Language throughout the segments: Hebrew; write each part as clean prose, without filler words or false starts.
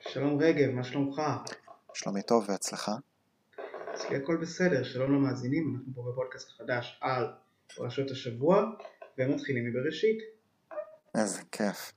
שלום רגב, מה שלומך? שלומי טוב והצלחה. אצלי הכל בסדר, שלום למאזינים, אנחנו פה בפודקאסט חדש על פרשות השבוע, ומתחילים מבראשית. איזה כיף.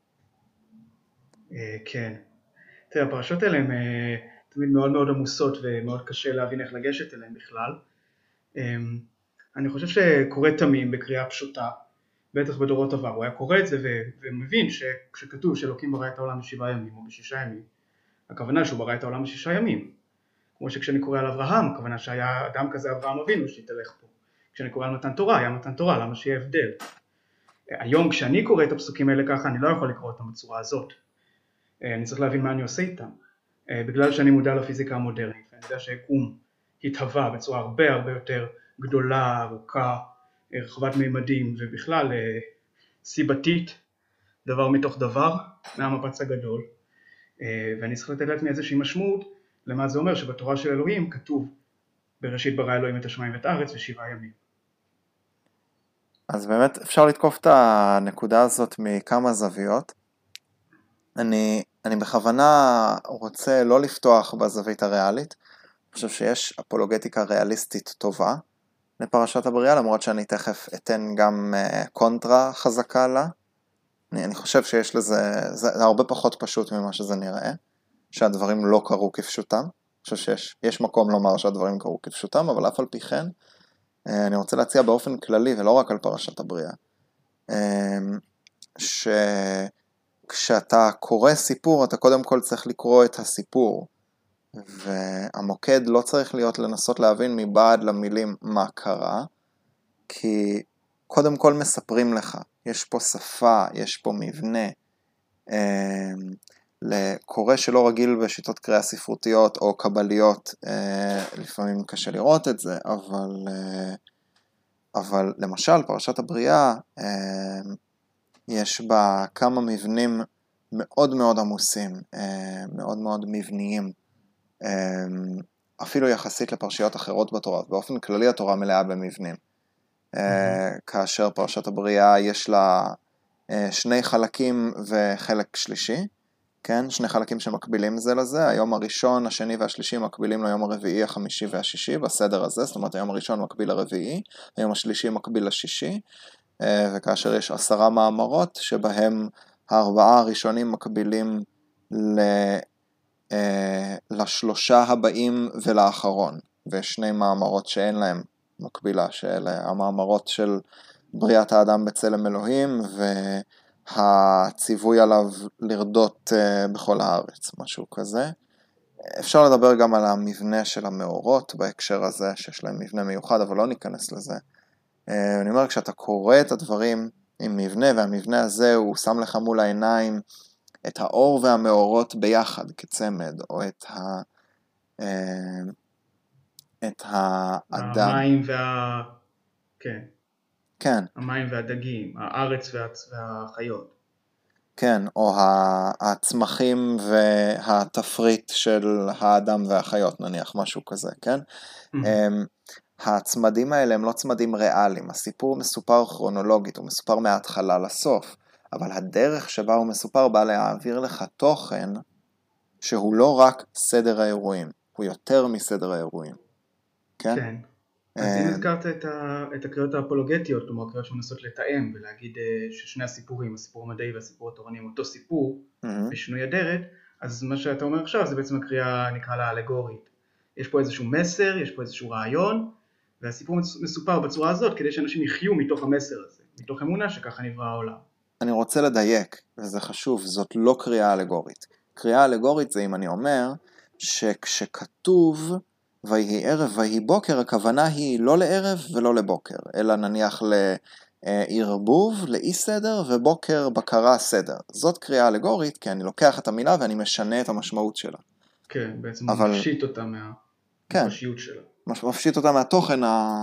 כן. תראה, הפרשות האלה הן תמיד מאוד מאוד עמוסות ומאוד קשה להבין איך לגשת אליהן בכלל. אה, אני חושב שקורא תמים בקריאה פשוטה, בטח בדורות עבר, הוא היה קורא את זה ומבין שכשכתוב שאלוקים ברא את העולם ב7 ימים או ב6 ימים, הכוונה שהוא ברא את העולם ב6 ימים. כמו שכשאני קורא על אברהם, הכוונה שהיה אדם כזה אברהם אבינו שהתהלך פה. כשאני קורא על מתן תורה, היה מתן תורה, למה שיהיה הבדל? היום כשאני קורא את הפסוקים האלה ככה, אני לא יכול לקרוא אותם בצורה הזאת. אני צריך להבין מה אני עושה איתם. בגלל שאני מודע לפיזיקה המודרנית, ואני יודע שהיקום התהווה בצורה הרבה הרבה יותר גדולה, ארוכה, רחבת מימדים, ובכלל סיבתית, דבר מתוך דבר, מהמפץ הגדול. ואני צריך לתת לעצמי איזושהי משמעות למה זה אומר שבתורה של אלוהים כתוב בראשית ברא אלוהים את השמיים ואת הארץ ב7 ימים. אז באמת אפשר לתקוף את הנקודה הזאת מכמה זוויות. אני בכוונה רוצה לא לפתוח בזווית הריאלית. אני חושב שיש אפולוגטיקה ריאליסטית טובה לפרשת הבריאה, למרות שאני תכף אתן גם קונטרה חזקה לה. אני חושב שיש לזה, זה הרבה פחות פשוט ממה שזה נראה, שהדברים לא קרו כפשוטם. אני חושב שיש מקום לומר שהדברים קרו כפשוטם, אבל אף על פי כן, אני רוצה להציע באופן כללי ולא רק על פרשת הבריאה, שכשאתה קורא סיפור אתה קודם כל צריך לקרוא את הסיפור, והמוקד לא צריך להיות לנסות להבין מבעד למילים מה קרה, כי קודם כל מספרים לך, יש פה שפה, יש פה מבנה. לקורא שלא רגיל בשיטות קריאה ספרותיות או קבליות, לפעמים קשה לראות את זה, אבל למשל פרשת הבריאה יש בה כמה מבנים מאוד מאוד עמוסים, מאוד מאוד מבניים, אפילו יחסית לפרשיות אחרות בתורה. באופן כללי התורה מלאה במבנים. כאשר פרשת הבריאה יש לה שני חלקים וחלק שלישי, כן? שני חלקים שמקבילים זה לזה, היום הראשון, השני והשלישי מקבילים ליום הרביעי, החמישי והשישי, בסדר הזה, זאת אומרת היום הראשון מקביל לרביעי, היום השלישי מקביל לשישי, וכאשר יש 10 מאמרות, שבהם 4 הראשונים מקבילים לשלושה הבאים ולאחרון, ושני מאמרות שאין להם מקבילה, שאלה המאמרות של בריאת האדם בצלם אלוהים, והציווי עליו לרדות בכל הארץ, משהו כזה. אפשר לדבר גם על המבנה של המאורות בהקשר הזה, שיש להם מבנה מיוחד, אבל לא ניכנס לזה. אני אומר, כשאתה קורא את הדברים עם מבנה, והמבנה הזה הוא שם לך מול העיניים את האור והמאורות ביחד כצמד, או את האדם. המים כן. כן. המים והדגים, הארץ והחיות. כן, או הצמחים והתפריט של האדם והחיות, נניח, משהו כזה, כן? הצמדים האלה הם לא צמדים ריאליים, הסיפור מסופר כרונולוגית, הוא מסופר מההתחלה לסוף, אבל הדרך שבה הוא מסופר בא להעביר לך תוכן שהוא לא רק סדר האירועים, הוא יותר מסדר האירועים, כן? כן. אז אם הזכרת את הקריאות האפולוגטיות, כלומר הקריאות שמנסות לתאם ולהגיד ששני הסיפורים, הסיפור המדעי והסיפור התורני הם אותו סיפור בשינוי אדרת, אז מה שאתה אומר עכשיו זה בעצם הקריאה, נקרא לה אלגורית. יש פה איזשהו מסר, יש פה איזשהו רעיון, והסיפור מסופר בצורה הזאת כדי שאנשים יחיו מתוך המסר הזה, מתוך אמונה שככה נברא העולם. אני רוצה לדייק, וזה חשוב, זאת לא קריאה אלגורית. קריאה אלגורית זה אם אני אומר שכשכתוב ויהי ערב ויהי בוקר, הכוונה היא לא לערב ולא לבוקר, אלא נניח לערבוב, לאי סדר, ובוקר בקרה סדר. זאת קריאה אלגורית, כי אני לוקח את המילה ואני משנה את המשמעות שלה. כן, בעצם מפשיט אותה מהפשיות שלה. מפשיט אותה מהתוכן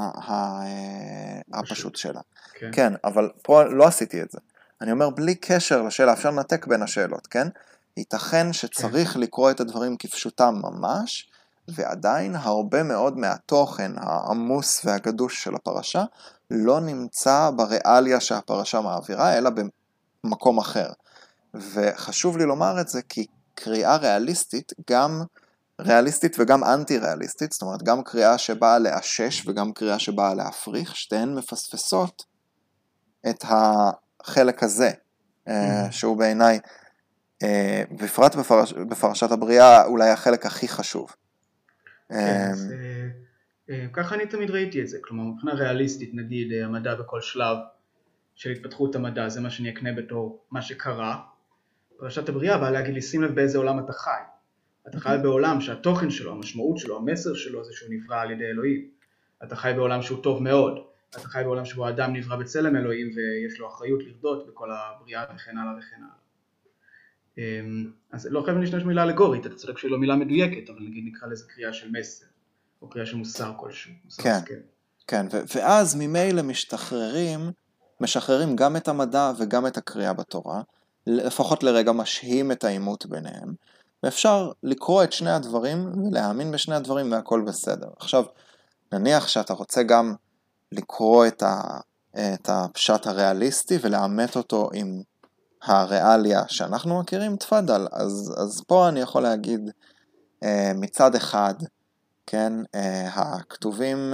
הפשוט שלה. כן. כן, אבל פה לא עשיתי את זה. אני אומר, בלי קשר לשאלה, אפשר לנתק בין השאלות, כן? ייתכן שצריך לקרוא את הדברים כפשוטם ממש, ועדיין הרבה מאוד מהתוכן העמוס והגדוש של הפרשה לא נמצא בריאליה שהפרשה מעבירה, אלא במקום אחר. וחשוב לי לומר את זה כי קריאה ריאליסטית, גם ריאליסטית וגם אנטי-ריאליסטית, זאת אומרת, גם קריאה שבאה לאשש וגם קריאה שבאה להפריך, שתיהן מפספסות את החלק הזה, שהוא בעיניי, בפרט בפרשת הבריאה, אולי החלק הכי חשוב. כן, אז ככה אני תמיד ראיתי את זה, כלומר, מבחינה ריאליסטית, נגיד, המדע בכל שלב של התפתחות המדע, זה מה שאני אקנה בתור מה שקרה. פרשת הבריאה באה להגיד לי, שים לב באיזה עולם אתה חי. אתה חי בעולם שהתוכן שלו, המשמעות שלו, המסר שלו זה שהוא נברא על ידי אלוהים. אתה חי בעולם שהוא טוב מאוד. אתה חי בעולם שבו האדם נברא בצלם אלוהים ויש לו אחריות לרדות בכל הבריאה וכן הלאה וכן הלאה. אז לא חייבים להשתמש במילה אלגורית, אתה צודק שהיא לא מילה מדויקת, אבל נגיד נקרא לזה קריאה של מסר, או קריאה של מוסר כלשהו. כן, כן, ואז ממילא משחררים גם את המדע וגם את הקריאה בתורה, לפחות לרגע משהים את העימות ביניהם, ואפשר לקרוא את שני הדברים ולהאמין בשני הדברים והכל בסדר. עכשיו, נניח שאתה רוצה גם לקרוא את הפשט הריאליסטי ולאמת אותו עם הריאליה שאנחנו מכירים, תפדל. אז פה אני יכול להגיד מצד אחד, כן, הכתובים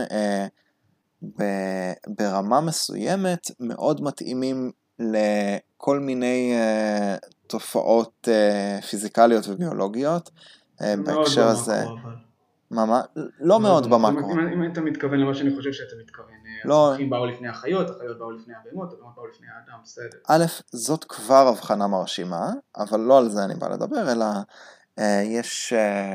ברמה מסוימת מאוד מתאימים לכל מיני תופעות פיזיקליות וביולוגיות. בהקשר הזה... לא מאוד במקרו. אם אתה מתכוון למה שאני חושב שאתה מתכוון, הצמחים באו לפני החיות, החיות באו לפני הבהמות, הבהמות באו לפני האדם, בסדר. א', זאת כבר הבחנה מרשימה, אבל לא על זה אני בא לדבר, אלא יש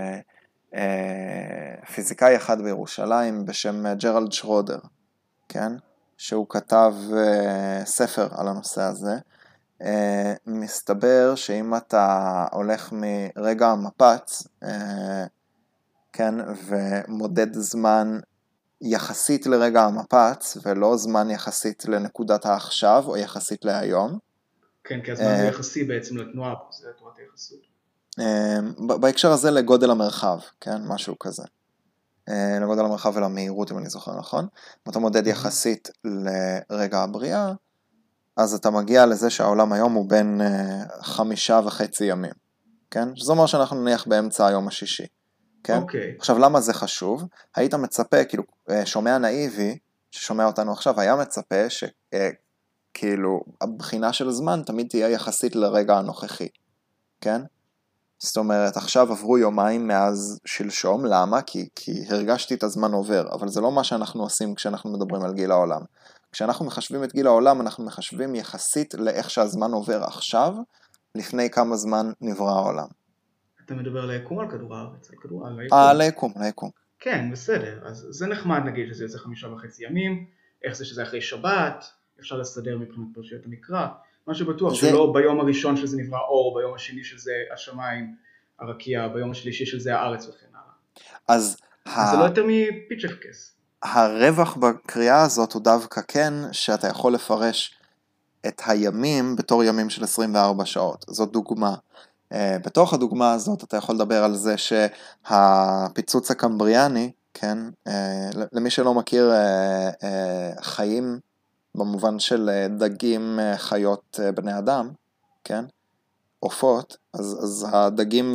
פיזיקאי אחד בירושלים בשם ג'רלד שרודר, כן? שהוא כתב ספר על הנושא הזה. מסתבר שאם אתה הולך מרגע המפץ, כן, ומודד זמן יחסית לרגע המפץ, ולא זמן יחסית לנקודת העכשיו, או יחסית להיום. כן, כי הזמן זה יחסי בעצם לתנועה, זה תנועת היחסות. בהקשר הזה לגודל המרחב, כן, משהו כזה. לגודל המרחב ולמהירות, אם אני זוכר נכון. אם אתה מודד יחסית לרגע הבריאה, אז אתה מגיע לזה שהעולם היום הוא בין 5.5 ימים, כן? זאת אומרת שאנחנו נניח באמצע היום השישי. כן? Okay. עכשיו, למה זה חשוב? היית מצפה, כאילו, שומע נאיבי, ששומע אותנו עכשיו, היה מצפה שכאילו, הבחינה של זמן תמיד תהיה יחסית לרגע הנוכחי, כן? זאת אומרת, עכשיו עברו יומיים מאז שלשום, למה? כי הרגשתי את הזמן עובר, אבל זה לא מה שאנחנו עושים כשאנחנו מדברים על גיל העולם. כשאנחנו מחשבים את גיל העולם, אנחנו מחשבים יחסית לאיך שהזמן עובר עכשיו, לפני כמה זמן נברא העולם. אתה מדבר על היקום, על כדור הארץ, על היקום. כן, בסדר, אז זה נחמד נגיד שזה יוצא 5.5 ימים, איך זה שזה אחרי שבת, אפשר לסדר מבחינת פרשיות המקרא, מה שבטוח שלא ביום הראשון שזה נברא אור, ביום השני שזה השמיים, הרקיע, ביום השלישי שזה הארץ וכן הלאה. אז זה לא יותר מפיצ'פקס. הרווח בקריאה הזאת הוא דווקא כן, שאתה יכול לפרש את הימים בתור ימים של 24 שעות, זאת דוגמה. בתוך הדוגמה הזאת אתה יכול לדבר על זה שהפיצוץ הקמבריאני, כן, למי שלא מכיר חיים במובן של דגים, חיות, בני אדם, כן, עופות, אז הדגים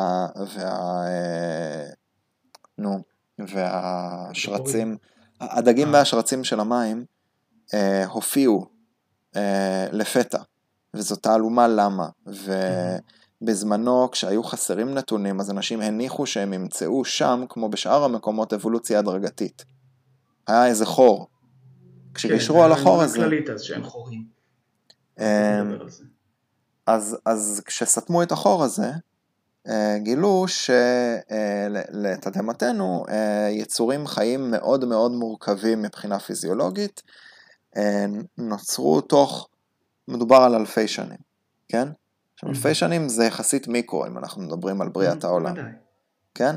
והשרצים, הדגים והשרצים של המים הופיעו לפתע, וזאת תעלומה למה, בזמנו, כשהיו חסרים נתונים, אז אנשים הניחו שהם ימצאו שם, כמו בשאר המקומות, אבולוציה הדרגתית. היה איזה חור. כשגישרו על החור הזה... כן, כללית אז שאין חורים. אז כשסתמו את החור הזה, גילו שלתדהמתנו, יצורים חיים מאוד מאוד מורכבים מבחינה פיזיולוגית, נוצרו תוך, מדובר על אלפי שנים, כן? עכשיו, אלפי שנים זה יחסית מיקרו, אם אנחנו מדברים על בריאת העולם. כן?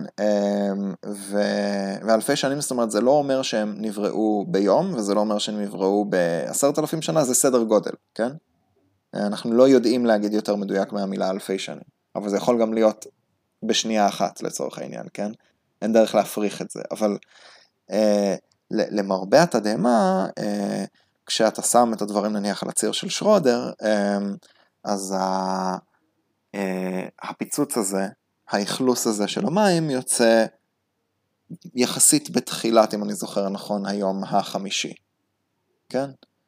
ואלפי שנים, זאת אומרת, זה לא אומר שהם נבראו ביום, וזה לא אומר שהם נבראו ב10,000 שנה, זה סדר גודל, כן? אנחנו לא יודעים להגיד יותר מדויק מהמילה אלפי שנים, אבל זה יכול גם להיות בשנייה אחת, לצורך העניין, כן? אין דרך להפריך את זה, אבל למרבה התדהמה, כשאתה שם את הדברים נניח על הציר של שרודר, אז הפיצוץ הזה, האכלוס הזה של המים יוצא יחסית בתחילת, אם אני זוכר נכון, היום החמישי. כן?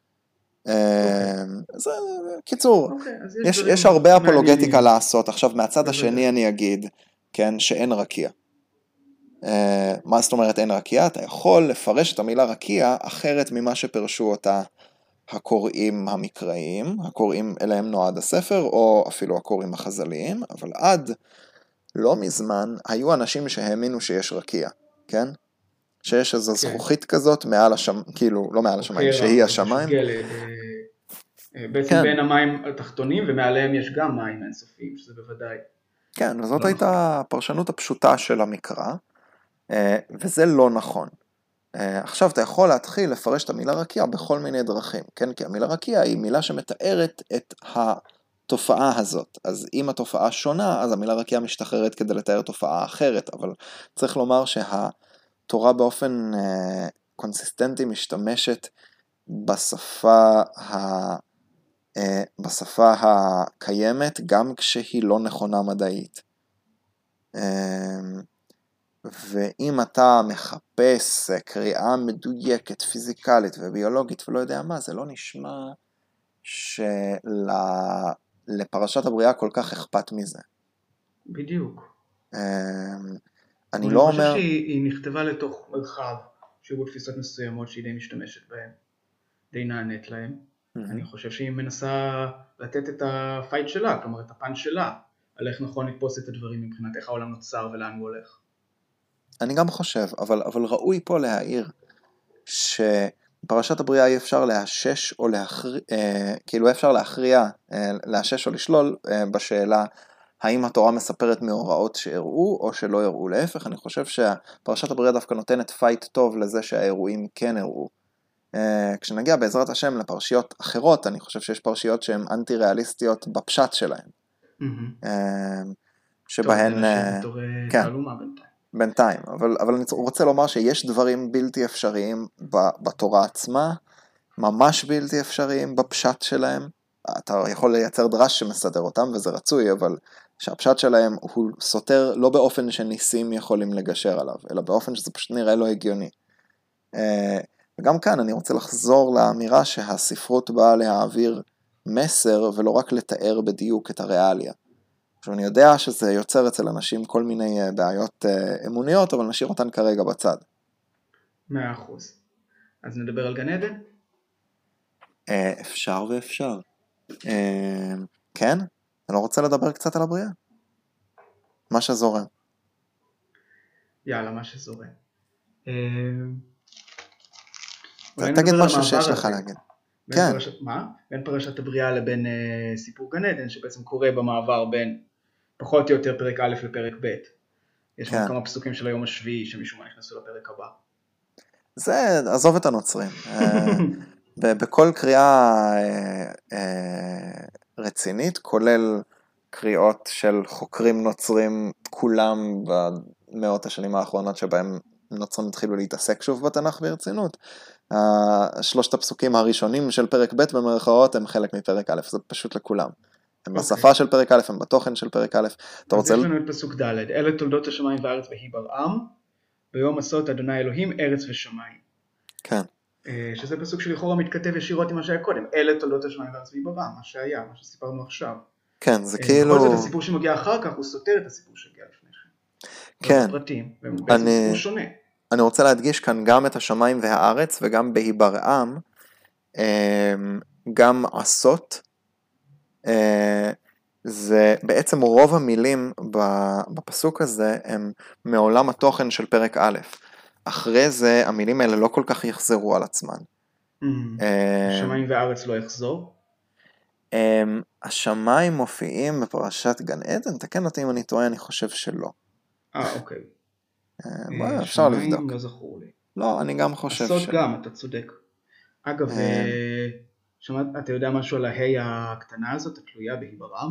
אז קיצור, יש הרבה אפולוגטיקה לעשות. עכשיו מהצד השני אני אגיד, כן, שאין רקיע. מה זאת אומרת אין רקיע? אתה יכול לפרש את המילה רקיע אחרת ממה שפרשו אותה הקוראים המקראיים, הקוראים אליהם נועד הספר, או אפילו הקוראים החז"ליים, אבל עד לא מזמן היו אנשים שהאמינו שיש רקיע, כן? שיש איזו זכוכית כזאת מעל השמיים, כאילו לא מעל השמיים, שהיא השמיים. בעצם בין המים התחתונים ומעליהם יש גם מים אינסופיים, שזה בוודאי. כן, וזאת הייתה הפרשנות הפשוטה של המקרא, וזה לא נכון. עכשיו אתה יכול להתחיל לפרש את המילה רקיע בכל מיני דרכים, כן? כי המילה רקיע היא מילה שמתארת את התופעה הזאת. אז אם התופעה שונה, אז המילה רקיע משתחררת כדי לתאר תופעה אחרת, אבל צריך לומר שהתורה באופן קונסיסטנטי משתמשת בשפה הקיימת, גם כשהיא לא נכונה מדעית. ואם אתה מחפש קריאה מדויקת, פיזיקלית וביולוגית ולא יודע מה, זה לא נשמע שלפרשת הבריאה כל כך אכפת מזה. בדיוק. אני לא אומר... אני חושב שהיא נכתבה לתוך מרחב, שהיו תפיסות מסוימות שהיא די משתמשת בהן, די נענית להן. אני חושב שהיא מנסה לתת את הפייט שלה, כלומר את הפן שלה, על איך נכון לתפוס את הדברים מבחינת איך העולם נוצר ולאן הוא הולך. אני גם חושב, אבל ראוי פה להעיר שפרשת הבריאה אי אפשר להשש או כאילו אפשר להכריע, להשש או לשלול בשאלה האם התורה מספרת מאורעות שהראו או שלא הראו. להפך, אני חושב שפרשת הבריאה דווקא נותנת פייט טוב לזה שהאירועים כן הראו. כשנגיע בעזרת השם לפרשיות אחרות, אני חושב שיש פרשיות שהן אנטי-ריאליסטיות בפשט שלהן. שבהן... כן. בינתיים, אבל אני רוצה לומר שיש דברים בלתי אפשריים בתורה עצמה, ממש בלתי אפשריים בפשט שלהם. אתה יכול לייצר דרש שמסדר אותם, וזה רצוי, אבל שהפשט שלהם הוא סותר לא באופן שניסים יכולים לגשר עליו, אלא באופן שזה פשוט נראה לא הגיוני. וגם כאן אני רוצה לחזור לאמירה שהספרות באה להעביר מסר, ולא רק לתאר בדיוק את הריאליה. עכשיו אני יודע שזה יוצר אצל אנשים כל מיני בעיות אמוניות, אבל נשאיר אותן כרגע בצד. 100%. אז נדבר על גן עדן? אפשר ואפשר. כן? אני לא רוצה לדבר קצת על הבריאה? מה שזורם. יאללה, מה שזורם. תגיד משהו שיש לך להגיד. כן. מה? בין פרשת הבריאה לבין סיפור גן עדן, שבעצם קורה במעבר בין פחות או יותר פרק א' לפרק ב'. יש גם כמה פסוקים של היום השביעי שמישהו מה נכנסו לפרק הבא. זה, עזוב את הנוצרים. בכל קריאה רצינית, כולל קריאות של חוקרים נוצרים, כולם במאות השנים האחרונות שבהם נוצרים התחילו להתעסק שוב בתנ"ך ברצינות. שלושת הפסוקים הראשונים של פרק ב' במרכאות הם חלק מפרק א', זה פשוט לכולם. הם בשפה של פרק א', הם בתוכן של פרק א'. אז יש לנו את פסוק ד', אלה תולדות השמיים והארץ והיא ברעם, ביום עשות אדוני אלוהים ארץ ושמיים. כן. שזה פסוק שלכאורה מתכתב ישירות עם מה שהיה קודם, אלה תולדות השמיים והארץ והיא ברעם, מה שהיה, מה שסיפרנו עכשיו. כן, זה כאילו... בכל זאת הסיפור שמגיע אחר כך הוא סותר את הסיפור שהגיע לפני כן. כן. בפרטים, ובעצם סיפור שונה. אני רוצה להדגיש כאן גם את השמיים והארץ וגם בהיברעם, גם עשות, זה בעצם רוב המילים בפסוק הזה הם מעולם התוכן של פרק א'. אחרי זה המילים האלה לא כל כך יחזרו על עצמן. השמיים והארץ לא יחזור? השמיים מופיעים בפרשת גן עדן, תקן אותי אם אני טועה, אני חושב שלא. אוקיי. אפשר לבדוק. לא זכור לי. לא, אני גם חושב עשות גם, אתה צודק. אגב, אתה יודע משהו על ההי הקטנה הזאת, התלויה בהיברעם?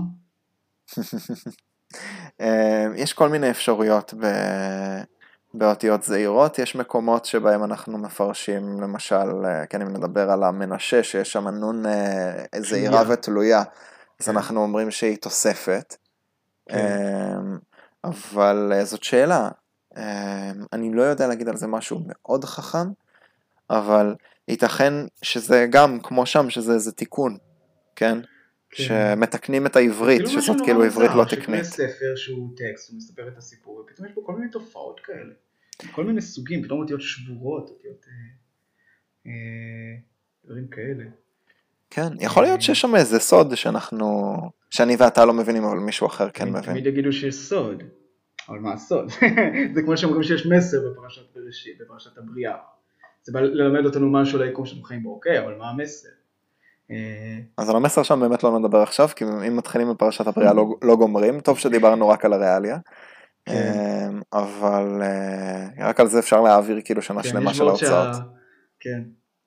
יש כל מיני אפשרויות באותיות זעירות, יש מקומות שבהם אנחנו מפרשים, למשל, כן, אם נדבר על המנשה, שיש שם נון זעירה ותלויה, אז אנחנו אומרים שהיא תוספת, כן. אבל זאת שאלה. אני לא יודע להגיד על זה משהו מאוד חכם, אבל ייתכן שזה גם, כמו שם, שזה איזה תיקון, כן? כן. שמתקנים את זה העברית, כאילו משהו שזאת נורא כאילו עברית לא מוזר, שקורא תקנית. ספר שהוא טקסט, הוא מספר את הסיפור, ופתאום יש בו כל מיני תופעות כאלה. כל מיני סוגים, פתאום אותיות שבורות, אותיות דברים כאלה. כן, יכול להיות אה, שיש שם איזה סוד שאני ואתה לא מבינים, אבל מישהו אחר כן מבין. תמיד יגידו שיש סוד, אבל מה הסוד? זה כמו שאומרים שיש מסר בפרשת בראשית, בפרשת הבריאה. זה בא ללמד אותנו משהו על היקום שאנחנו חיים בו, אוקיי, אבל מה המסר? אז על המסר שם באמת לא נדבר עכשיו, כי אם מתחילים בפרשת הבריאה לא גומרים, טוב שדיברנו רק על הריאליה, כן, אבל רק על זה אפשר להעביר כאילו שנה כן, שלמה יש של ועוד הרצאות. כן,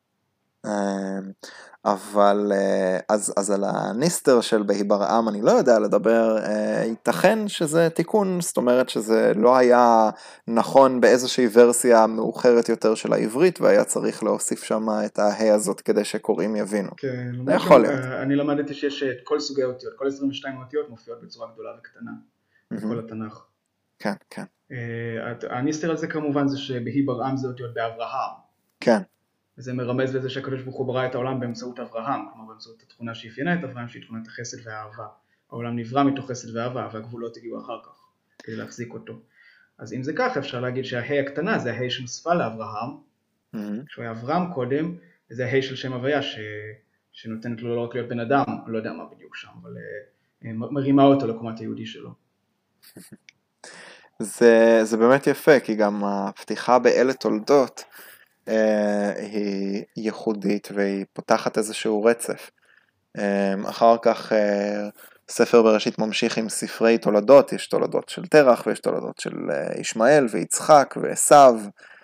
אבל אז על הניסטר של בהיברעם אני לא יודע לדבר, ייתכן שזה תיקון, זאת אומרת שזה לא היה נכון באיזושהי ורסיה מאוחרת יותר של העברית, והיה צריך להוסיף שם את ההי הזאת כדי שקוראים יבינו. כן, זה למרות יכול שגם להיות. אני למדתי שיש את כל סוגי האותיות, כל 22 האותיות מופיעות בצורה גדולה וקטנה בכל התנ"ך. כן, כן. הניסטר הזה כמובן זה שבהיברעם זה אותיות באברהם. כן. וזה מרמז לזה שהקדוש ברוך הוא ברא את העולם באמצעות אברהם, כלומר באמצעות התכונה שאפיינה את אברהם, שהיא תכונת החסד והאהבה. העולם נברא מתוך חסד ואהבה, והגבולות הגיעו אחר כך, כדי להחזיק אותו. אז אם זה ככה, אפשר להגיד שההי הקטנה זה ההי שנוספה לאברהם, כשהוא היה אברהם קודם, וזה ההי של שם הוויה, שנותנת לו לא רק להיות בן אדם, לא יודע מה בדיוק שם, אבל מרימה אותו לקומת היהודי שלו. זה באמת יפה, כי גם הפתיחה באלה תולדות היא ייחודית, והיא פותחת איזשהו רצף. אחר כך ספר בראשית ממשיך עם ספרי תולדות, יש תולדות של תרח ויש תולדות של ישמעאל ויצחק ועשיו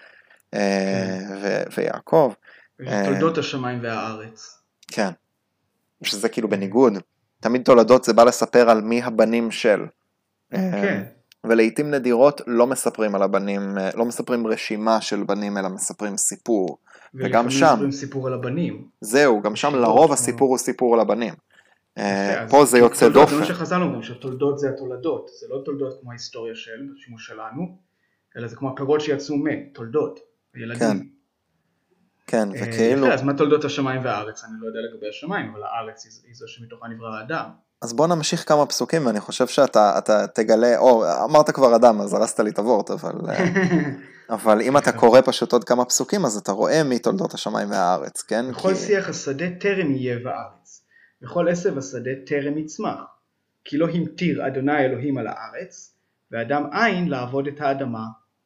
ויעקב. יש תולדות השמיים והארץ. כן, שזה כאילו בניגוד. תמיד תולדות זה בא לספר על מי הבנים של. כן. ולעיתים נדירות לא מספרים על הבנים, לא מספרים רשימה של בנים, אלא מספרים סיפור. וגם שם, מספרים סיפור על הבנים. זהו, גם שם לרוב הסיפור הוא סיפור על הבנים. פה זה יוצא תולדות, דופן. זה מה שחז"ל אומרים, שתולדות זה התולדות, זה לא תולדות כמו ההיסטוריה של השימוש שלנו, אלא זה כמו הפירות שיצאו מתולדות, ילדים. כן, וכאילו... יפה, אז מה תולדות השמיים והארץ? אני לא יודע לגבי השמיים, אבל הארץ היא זו שמתוכה נברא האדם. אז בוא נמשיך כמה פסוקים, ואני חושב שאתה תגלה, אמרת כבר אדם, אז הרסת לי את הוורט, אבל אם אתה קורא פשוט עוד כמה פסוקים, אז אתה רואה מתולדות השמיים והארץ, כן? וכל שיח השדה טרם יהיה בארץ, וכל עשב השדה טרם יצמח, כי לא המטיר אדוני אלוהים על הארץ, ואדם אין לעבוד את האדמה.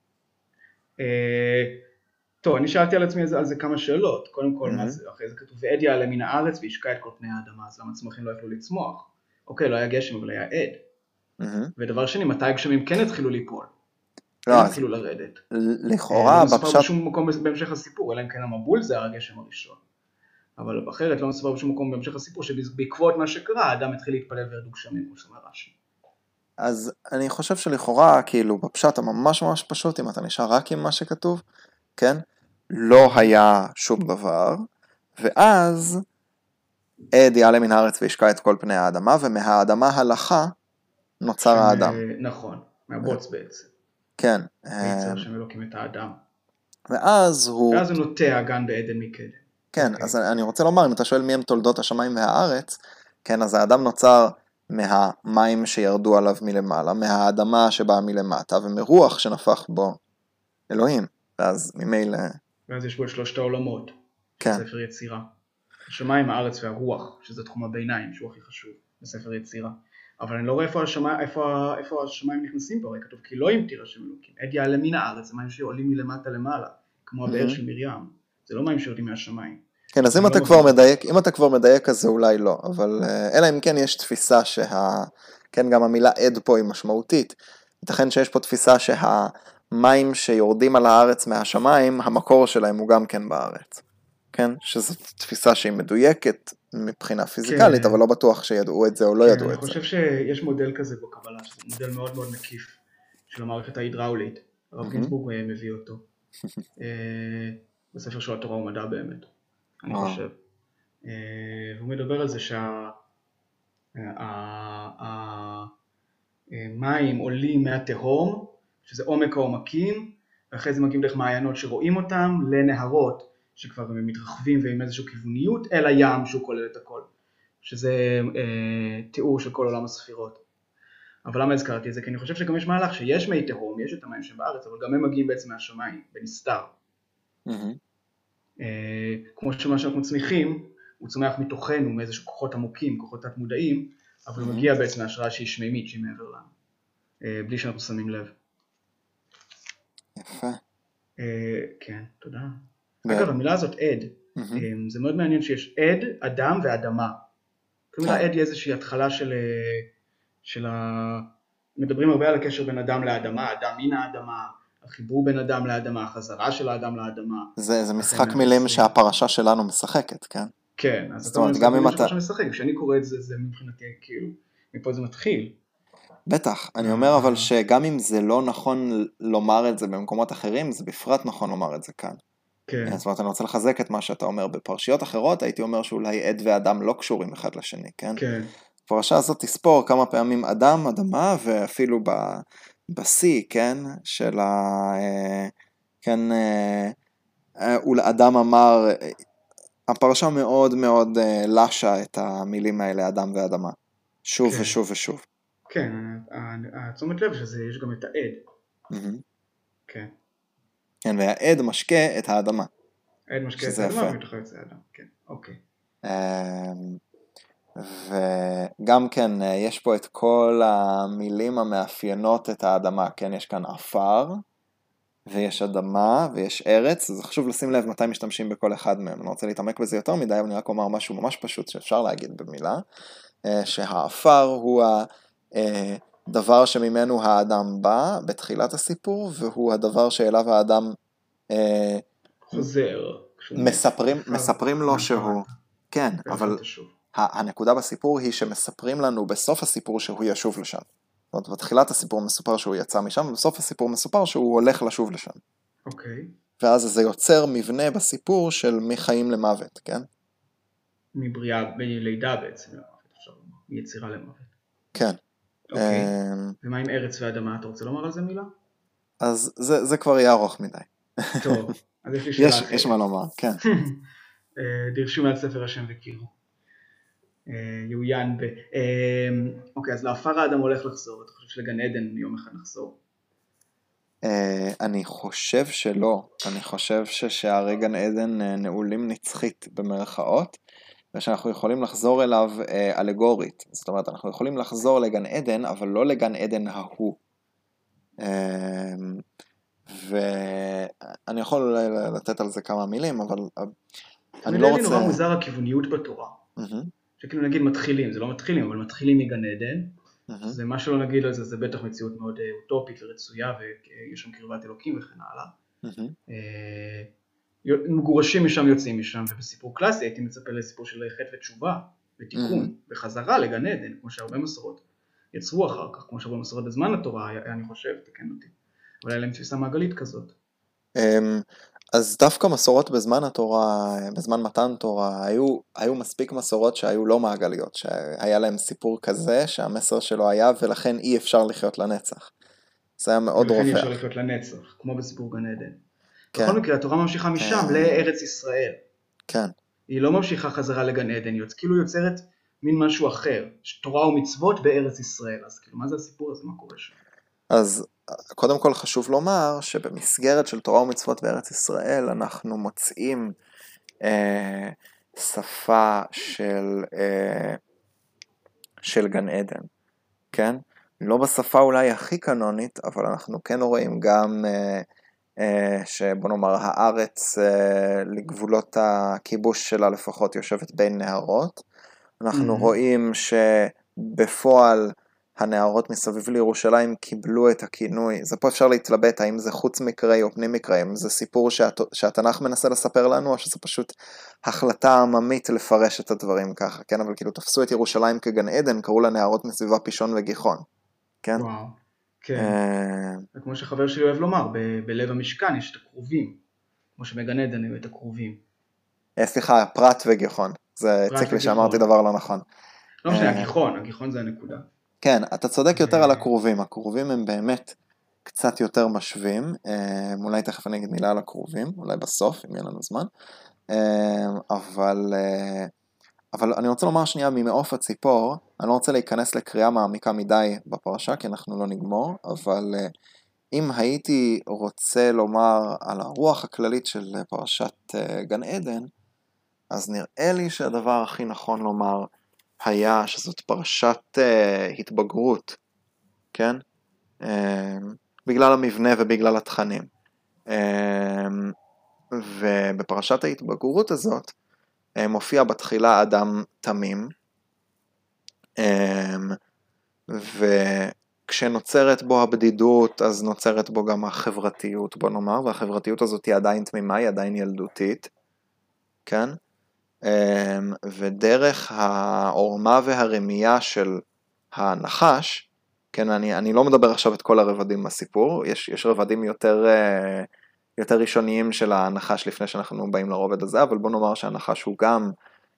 טוב, אני שאלתי על עצמי על זה כמה שאלות. קודם כל, מה זה? אחרי זה כתוב, ועד יעלה מן הארץ וישקע את כל פני האדמה, אז למה צמחים לא יכלו לצמוח? אוקיי, לא היה גשם, אבל היה עד. ודבר שני, מתי הגשמים כן התחילו ליפול? כן התחילו לרדת. לכאורה, לא מספר בשום מקום בהמשך הסיפור, אלא אם כן המבול זה הגשם הראשון. אבל אחרת לא מספר בשום מקום בהמשך הסיפור, שבעקבות מה שקרה, האדם התחיל להתפלל וירדו גשמים, כמו שאומר רש"י. אז אני חושב שלכאורה, כאילו, בפשט הממש ממש פשוט, אם אתה נשאר רק עם מה שכתוב, כן? לא היה שום דבר, ואז עד יעלה מן הארץ וישקע את כל פני האדמה, ומהאדמה הלכה נוצר האדם. נכון, מהבוץ בעצם. כן. ויצר שם אלוקים את האדם. ואז הוא נוטע הגן בעדן מקדם. כן, אז אני רוצה לומר, אם אתה שואל מי הם תולדות השמיים והארץ, כן, אז האדם נוצר מהמים שירדו עליו מלמעלה, מהאדמה שבאה מלמטה, ומרוח שנפח בו אלוהים. ואז ממילא... ואז יש בו את שלושת העולמות, כן. ספר יצירה. השמיים, הארץ והרוח, שזה תחום הביניים, שהוא הכי חשוב, בספר יצירה. אבל אני לא רואה איפה השמיים נכנסים פה, כתוב כי לא ימטיר השם אלוקים. עד יעלה מן הארץ, זה מים שעולים מלמטה למעלה, כמו הבאר של מרים. זה לא מים שיורדים מהשמיים. כן, אז אם אתה כבר מדייק, אז זה אולי לא, אבל אלא אם כן יש תפיסה כן, גם המילה עד פה היא משמעותית. ייתכן שיש פה תפיסה שהמים שיורדים על הארץ מהשמיים, המקור שלהם הוא גם כן בארץ. כן? שזו תפיסה שהיא מדויקת מבחינה פיזיקלית, כן. אבל לא בטוח שידעו את זה או לא ידעו את זה. אני חושב שיש מודל כזה בקבלה, שזה מודל מאוד מאוד מקיף של המערכת ההידראולית. הרב גינזבורג מביא אותו. בספר של התורה ומדע באמת, אני חושב. והוא מדבר על זה מים עולים מהתהום, שזה עומק העומקים, ואחרי זה מגיעים דרך מעיינות שרואים אותם, לנהרות שכבר מתרחבים ועם איזושהי כיווניות, אל הים שהוא כולל את הכל, שזה תיאור של כל עולם הספירות. אבל למה הזכרתי את זה? כי אני חושב שגם יש מהלך שיש מי תהום, יש את המים שבארץ, אבל גם הם מגיעים בעצם מהשמיים, בנסתר. כמו שמה שאנחנו צמיחים, הוא צומח מתוכנו, מאיזשהו כוחות עמוקים, כוחות תת מודעים, אבל הוא מגיע בעצם מהשראה שהיא שמימית, שהיא מעבר לנו, בלי שאנחנו שמים לב. יפה. כן, תודה. אגב, המילה הזאת עד, זה מאוד מעניין שיש עד, אדם ואדמה. כלומר, עד היא איזושהי התחלה של מדברים הרבה על הקשר בין אדם לאדמה, אדם מן האדמה, החיבור בין אדם לאדמה, החזרה של האדם לאדמה. זה משחק מילים שהפרשה שלנו משחקת, כן? כן, אז אתה אומר, גם אם אתה משחק, כשאני קורא את זה, זה מבחינתי כאילו, מפה זה מתחיל. בטח, אני אומר אבל שגם אם זה לא נכון לומר את זה במקומות אחרים, זה בפרט נכון לומר את זה כאן. כן. זאת אומרת, אני רוצה לחזק את מה שאתה אומר. בפרשיות אחרות הייתי אומר שאולי עד ואדם לא קשורים אחד לשני, כן? כן. הפרשה הזאת תספור כמה פעמים אדם, אדמה, ואפילו בשיא, כן? של כן, אדם אמר, הפרשה מאוד מאוד לשה את המילים האלה, אדם ואדמה. שוב כן. ושוב ושוב. כן, התשומת לב שזה, יש גם את העד. כן. כן, והעד משקה את האדמה. העד משקה את האדמה, ובתוכה יוצא האדם, כן, אוקיי. וגם כן, יש פה את כל המילים המאפיינות את האדמה, כן, יש כאן אפר, ויש אדמה, ויש ארץ, אז חשוב לשים לב מתי משתמשים בכל אחד מהם. אני רוצה להתעמק בזה יותר מדי, אבל אני רק אומר משהו ממש פשוט שאפשר להגיד במילה, שהאפר הוא הדבר שממנו האדם בא בתחילת הסיפור, והוא הדבר שאליו האדם חוזר. מספרים לו שהוא, כן, אבל הנקודה בסיפור היא שמספרים לנו בסוף הסיפור שהוא ישוב לשם. זאת אומרת, בתחילת הסיפור מסופר שהוא יצא משם, ובסוף הסיפור מסופר שהוא הולך לשוב לשם. אוקיי. ואז זה יוצר מבנה בסיפור של מחיים למוות, כן? מבריאה, מלידה בעצם, מיצירה למוות. כן. אוקיי. ומה עם ארץ ואדמה? אתה רוצה לומר על זה מילה? אז זה כבר יהיה ארוך מדי. טוב, אז יש לי שאלה אחרת. יש מה לומר, כן. דרשו מעל ספר השם וקירו. יעוין ב... אוקיי, אז לאפר האדם הולך לחזור. אתה חושב שלגן עדן יום אחד נחזור? אני חושב שלא. אני חושב ששערי גן עדן נעולים נצחית במרכאות, ושאנחנו יכולים לחזור אליו אלגורית. זאת אומרת, אנחנו יכולים לחזור לגן עדן, אבל לא לגן עדן ההוא. ואני יכול לתת על זה כמה מילים, אבל אני לא רוצה... נורא מוזר הכיווניות בתורה. שכאילו נגיד מתחילים, זה לא מתחילים, אבל מתחילים מגן עדן. זה מה שלא נגיד על זה, זה בטח מציאות מאוד אוטופית ורצויה, ויש שם קרבת אלוקים וכן הלאה. מגורשים משם יוצאים משם, ובסיפור קלאסי הייתי מצפה לסיפור של חטא ותשובה, ותיקון, וחזרה לגן עדן, כמו שהרבה מסורות יצרו אחר כך, כמו שהרבה מסורות בזמן התורה, אני חושב, תקן אותי. אבל היה להם תפיסה מעגלית כזאת. אז דווקא מסורות בזמן התורה, בזמן מתן תורה, היו מספיק מסורות שהיו לא מעגליות, שהיה להם סיפור כזה שהמסר שלו היה, ולכן אי אפשר לחיות לנצח. זה היה מאוד רווח. ולכן אי אפשר לחיות לנצח, כמו בסיפור גן עדן. בכל מקרה, התורה ממשיכה משם לארץ ישראל. כן. היא לא ממשיכה חזרה לגן עדן, היא כאילו יוצרת מין משהו אחר, תורה ומצוות בארץ ישראל. אז כאילו, מה זה הסיפור הזה? מה קורה שם? אז קודם כל חשוב לומר שבמסגרת של תורה ומצוות בארץ ישראל אנחנו מוצאים שפה של גן עדן, כן? לא בשפה אולי הכי קנונית, אבל אנחנו כן רואים גם שבוא נאמר הארץ לגבולות הכיבוש שלה לפחות יושבת בין נהרות. אנחנו רואים שבפועל הנערות מסביב לירושלים קיבלו את הכינוי, זה פה אפשר להתלבט האם זה חוץ מקראי או פנים מקראי, אם זה סיפור שהתנ"ך מנסה לספר לנו, או שזה פשוט החלטה עממית לפרש את הדברים ככה, כן, אבל כאילו תפסו את ירושלים כגן עדן, קראו לה נערות מסביבה פישון וגיחון, כן? וואו, כן, כמו שחבר שלי אוהב לומר, בלב המשכן יש את הקרובים, כמו שבגן עדן היו את הקרובים. סליחה, פרט וגיחון, זה הציק לי שאמרתי דבר לא נכון. לא משנה, הגיחון זה הנקודה. כן, אתה צודק יותר על הקרובים. הקרובים הם באמת קצת יותר משווים. אולי תכף אני אגיד מילה על הקרובים, אולי בסוף, אם יהיה לנו זמן. אבל אני רוצה לומר שנייה ממעוף הציפור, אני לא רוצה להיכנס לקריאה מעמיקה מדי בפרשה, כי אנחנו לא נגמור, אבל אם הייתי רוצה לומר על הרוח הכללית של פרשת גן עדן, אז נראה לי שהדבר הכי נכון לומר היה שזאת פרשת התבגרות, כן? בגלל המבנה ובגלל התכנים. ובפרשת ההתבגרות הזאת מופיע בתחילה אדם תמים, וכשנוצרת בו הבדידות, אז נוצרת בו גם החברתיות, בוא נאמר, והחברתיות הזאת היא עדיין תמימה, היא עדיין ילדותית, כן? ודרך העורמה והרמייה של הנחש, כן, אני לא מדבר עכשיו את כל הרבדים בסיפור, יש רבדים יותר ראשוניים של הנחש לפני שאנחנו באים לרובד הזה, אבל בוא נאמר שהנחש הוא גם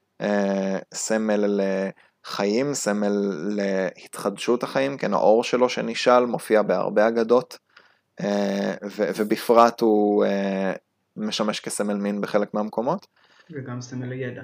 סמל לחיים, סמל להתחדשות החיים, כן, האור שלו שנשאל מופיע בהרבה אגדות, ובפרט הוא משמש כסמל מין בחלק מהמקומות. וגם סמל לידע.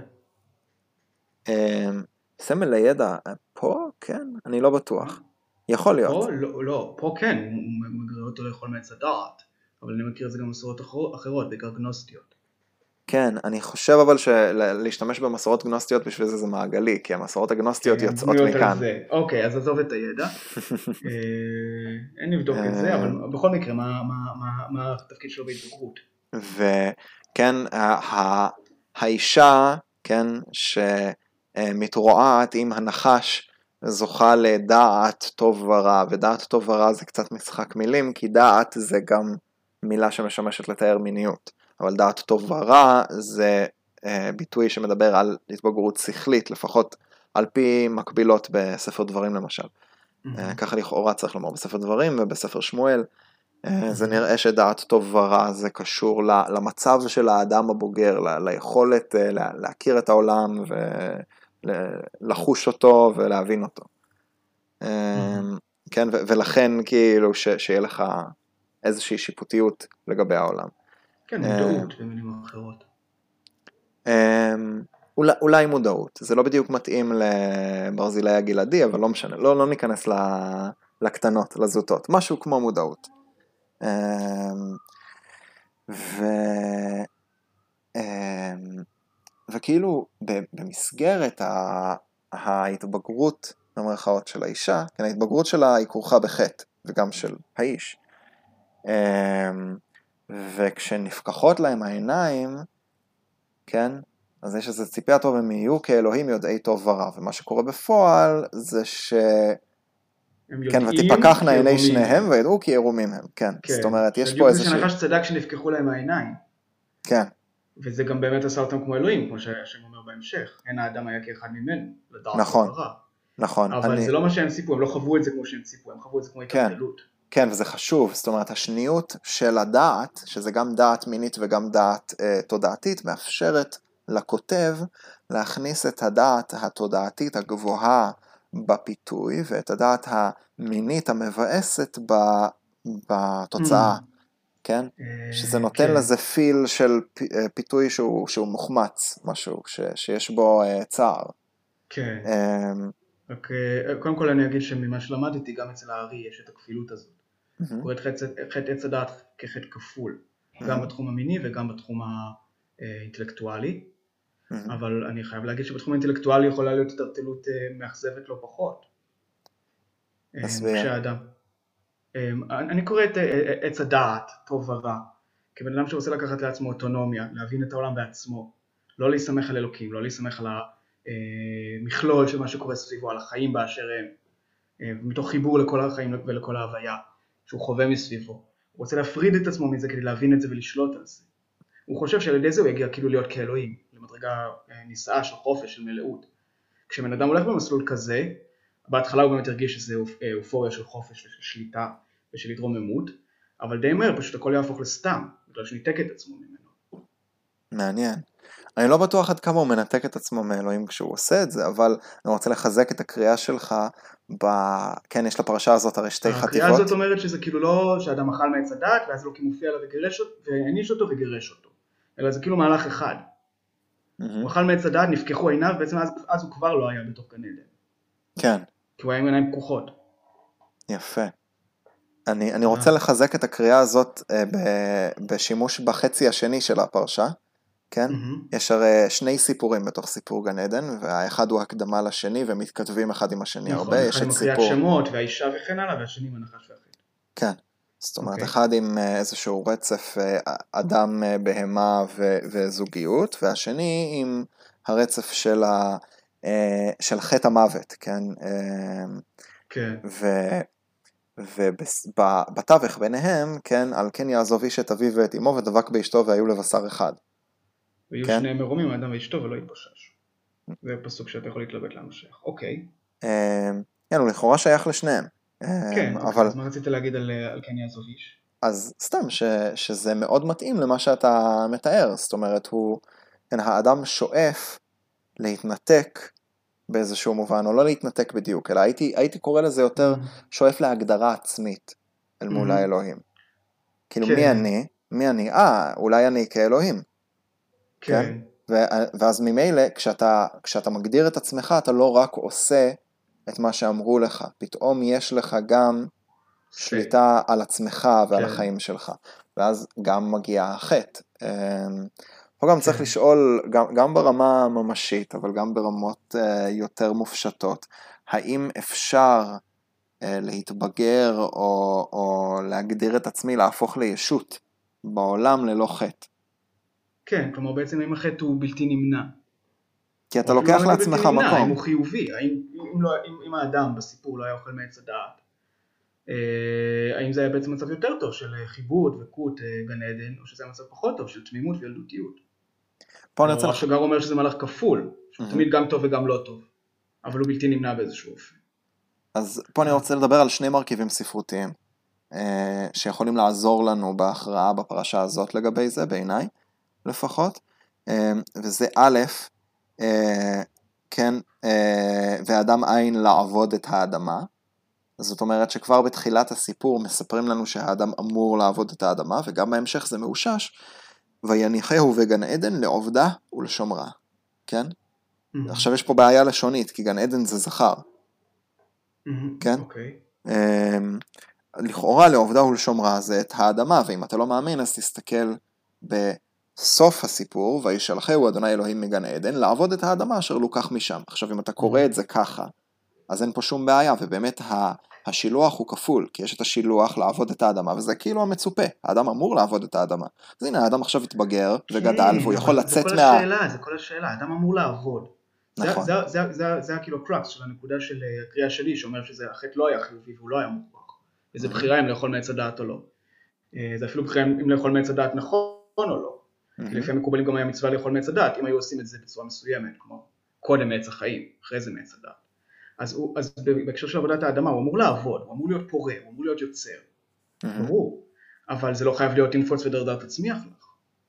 סמל לידע, פה כן, אני לא בטוח. יכול להיות. פה לא, פה כן, הוא מגריר אותו לאכול מעץ הדעת, אבל אני מכיר את זה גם מסורות אחרות, בעיקר גנוסטיות. כן, אני חושב אבל שלהשתמש במסורות גנוסטיות בשביל זה מעגלי, כי המסורות הגנוסטיות יוצאות מכאן. אוקיי, אז עזוב את הידע. אין לבדוק את זה, אבל בכל מקרה, מה התפקיד שלו בהתבגרות? וכן, האישה, כן, שמתרועעת עם הנחש, זוכה לדעת טוב ורע, ודעת טוב ורע זה קצת משחק מילים, כי דעת זה גם מילה שמשמשת לתאר מיניות, אבל דעת טוב ורע זה ביטוי שמדבר על התבגרות שכלית, לפחות על פי מקבילות בספר דברים למשל. ככה לכאורה צריך לומר בספר דברים ובספר שמואל, זה נראה שדעת טוב ורע זה קשור למצב של האדם הבוגר, ליכולת להכיר את העולם ולחוש אותו ולהבין אותו. כן, ולכן כאילו שיהיה לך איזושהי שיפוטיות לגבי העולם. כן, מודעות במילים אחרות. אולי מודעות, זה לא בדיוק מתאים לברזילי הגלעדי, אבל לא משנה, לא ניכנס לקטנות, לזוטות, משהו כמו מודעות. וכאילו במסגרת ההתבגרות במרכאות של האישה, כן, ההתבגרות שלה היא כרוכה בחטא וגם של האיש, וכשנפקחות להם העיניים, כן, אז יש איזה ציפייה טוב, הם יהיו כאלוהים יודעי טוב ורע, ומה שקורה בפועל זה כן, ותפקחנה עיני שניהם וידעו כי עירומים הם, כן, זאת אומרת, יש פה איזושהי... שנחש צדק שנפקחו להם העיניים. כן. וזה גם באמת עשה אותם כמו אלוהים, כמו שהשם אומר בהמשך, אין האדם היה כאחד ממנו, לדעת נכון, ורע. נכון. אבל זה לא מה שהם ציפו, הם לא חוו את זה כמו שהם ציפו, הם חוו את זה כמו התעללות. כן, וזה חשוב, זאת אומרת, השניות של הדעת, שזה גם דעת מינית וגם דעת תודעתית, מאפשרת לכותב להכניס את הדעת התודעתית הגבוהה בפיתוי, ואת הדעת המינית המבאסת בתוצאה, כן? שזה נותן לזה פיל של פיתוי שהוא מוחמץ, משהו, שיש בו צער. כן. קודם כל אני אגיד שממה שלמדתי, גם אצל הארי יש את הכפילות הזאת. קוראת חטא עץ הדעת כחטא כפול, גם בתחום המיני וגם בתחום האינטלקטואלי, אבל אני חייב להגיד שבתחום האינטלקטואלי יכולה להיות התערטלות מאכזבת לא פחות. כשאדם. אני קורא את עץ הדעת, טוב ורע, כבן אדם שרוצה לקחת לעצמו אוטונומיה, להבין את העולם בעצמו, לא להסתמך על אלוקים, לא להסתמך על המכלול של מה שקורה סביבו, על החיים באשר הם, מתוך חיבור לכל החיים ולכל ההוויה שהוא חווה מסביבו. הוא רוצה להפריד את עצמו מזה כדי להבין את זה ולשלוט על זה. הוא חושב שעל ידי זה הוא יגיע כאילו להיות כאלוהים, למדרגה נישאה של חופש, של מלאות. כשבן אדם הולך במסלול כזה, בהתחלה הוא באמת הרגיש שזה אופוריה של חופש ושל שליטה ושל התרוממות, אבל די מהר פשוט הכל יהפוך לסתם, בגלל שניתק את עצמו ממנו. מעניין. אני לא בטוח עד כמה הוא מנתק את עצמו מאלוהים כשהוא עושה את זה, אבל אני רוצה לחזק את הקריאה שלך, כן, יש לפרשה הזאת הרי שתי חטיבות. הקריאה הזאת אומרת שזה כאילו לא שאדם אכל מעץ הדת, ואז אלוקים מופיע עליו והעניש אותו וגירש אותו, אלא זה כאילו מהלך אחד. הוא אכל מעץ הדת, נפקחו עיניו, בעצם אז הוא כבר לא היה בתוך גן עדן. כן. כי הוא היה עם עיניים פקוחות. יפה. אני רוצה לחזק את הקריאה הזאת בשימוש בחצי השני של הפרשה, כן? יש הרי שני סיפורים בתוך סיפור גן עדן, והאחד הוא הקדמה לשני, ומתכתבים אחד עם השני הרבה. נכון, אחד עם קריאת שמות, והאישה וכן הלאה, והשני עם הנחש והחטא. כן, זאת אומרת, אחד עם איזשהו רצף אדם, בהמה וזוגיות, והשני עם הרצף של חטא המוות, כן? כן. ובתווך ביניהם, כן, על כן יעזוב איש את אביו ואת אמו ודבק באשתו והיו לבשר אחד. ויהיו שני מרומים, האדם ואשתו, ולא יתבושש. זה פסוק שאתה יכול להתלבט להמשך. אוקיי. כן, הוא לכאורה שייך לשניהם. כן, אבל... אז מה רצית להגיד על כן יעזוב איש? אז סתם שזה מאוד מתאים למה שאתה מתאר. זאת אומרת, כן, האדם שואף להתנתק באיזשהו מובן, או לא להתנתק בדיוק, אלא הייתי קורא לזה יותר שואף להגדרה עצמית אל מול האלוהים. כאילו, מי אני? אולי אני כאלוהים. כן? ואז ממילא, כשאתה מגדיר את עצמך, אתה לא רק עושה את מה שאמרו לך, פתאום יש לך גם שליטה על עצמך ועל החיים שלך, ואז גם מגיע החטא. פה גם צריך לשאול, גם ברמה הממשית, אבל גם ברמות יותר מופשטות, האם אפשר להתבגר או להגדיר את עצמי, להפוך לישות בעולם ללא חטא? כן, כלומר בעצם אם החטא הוא בלתי נמנע. כי אתה לוקח לעצמך מקום. אם הוא חיובי, אם האדם בסיפור לא היה אוכל מעץ הדעת, האם זה היה בעצם מצב יותר טוב של חיבוד וקות גן עדן, או שזה היה מצב פחות טוב של תמימות וילדותיות? הרב שגר אומר שזה מהלך כפול, שהוא תמיד גם טוב וגם לא טוב, אבל הוא בלתי נמנע באיזשהו אופן. אז פה אני רוצה לדבר על שני מרכיבים ספרותיים, שיכולים לעזור לנו בהכרעה בפרשה הזאת לגבי זה, בעיניי לפחות, וזה א', כן, ואדם אין לעבוד את האדמה. זאת אומרת שכבר בתחילת הסיפור מספרים לנו שהאדם אמור לעבוד את האדמה, וגם בהמשך זה מאושש, ויניחהו בגן עדן לעובדה ולשומרה, כן? עכשיו יש פה בעיה לשונית, כי גן עדן זה זכר, כן? לכאורה לעובדה ולשומרה זה את האדמה, ואם אתה לא מאמין אז תסתכל בסוף הסיפור, וישלחהו אדוני אלוהים מגן עדן, לעבוד את האדמה אשר לוקח משם. עכשיו אם אתה קורא את זה ככה, אז אין פה שום בעיה, ובאמת השילוח הוא כפול, כי יש את השילוח לעבוד את האדמה, וזה כאילו המצופה, האדם אמור לעבוד את האדמה. אז הנה, האדם עכשיו התבגר וגדל, והוא יכול לצאת זה כל השאלה, האדם אמור לעבוד. נכון. זה כאילו הקרקס של הנקודה של הקריאה שלי, שאומר שזה החטא לא היה חיובי, והוא לא היה מוכרח. וזה בחירה אם לאכול מעץ הדעת או לא. זה אפילו בחירה אם לאכול מעץ הדעת נכון או לא. לפי המקובלים גם היה מצווה לאכול מעץ הדעת, אם היו עושים את זה בצורה מסוימת, כמו קודם מעץ החיים, אחרי זה מעץ הדעת. אז בהקשר של עבודת האדמה, הוא אמור לעבוד, הוא אמור להיות פורה, הוא אמור להיות יוצר, ברור, אבל זה לא חייב להיות תנפוץ ודרדר תצמיח לך.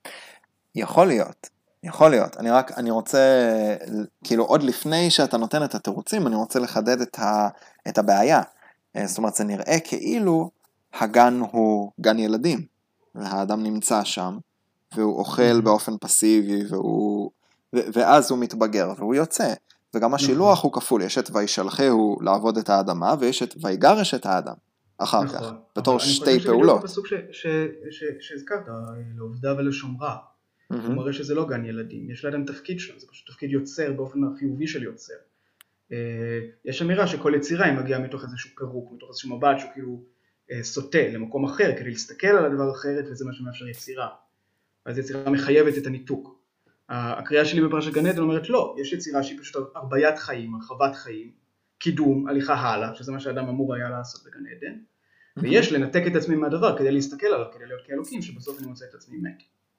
יכול להיות, אני רוצה, כאילו עוד לפני שאתה נותן את התירוצים, אני רוצה לחדד את הבעיה, זאת אומרת זה נראה כאילו הגן הוא גן ילדים, והאדם נמצא שם, והוא אוכל באופן פסיבי, ואז הוא מתבגר, והוא יוצא, וגם השילוח הוא כפול, יש את וישלחהו לעבוד את האדמה, ויש את ויגרש את האדם, אחר כך, בתור שתי פעולות. אני חושב שבדיוק הפסוק שהזכרת, לעובדה ולשומרה, הוא מראה שזה לא גן ילדים, יש לאדם תפקיד שלו, זה פשוט תפקיד יוצר, באופן החיובי של יוצר. יש אמירה שכל יצירה היא מגיעה מתוך איזשהו פירוק, מתוך איזשהו מבט שהוא כאילו סוטה למקום אחר, כדי להסתכל על הדבר אחרת, וזה מה שמאפשר יצירה. אז יצירה מחייבת את הניתוק. הקריאה שלי בפרשת גן עדן אומרת לא, יש יצירה שהיא פשוט הרביית חיים, הרחבת חיים, קידום, הליכה הלאה, שזה מה שאדם אמור היה לעשות בגן עדן, ויש לנתק את עצמי מהדבר כדי להסתכל עליו, כדי להיות כאלוקים, שבסוף אני מוצא את עצמי מת.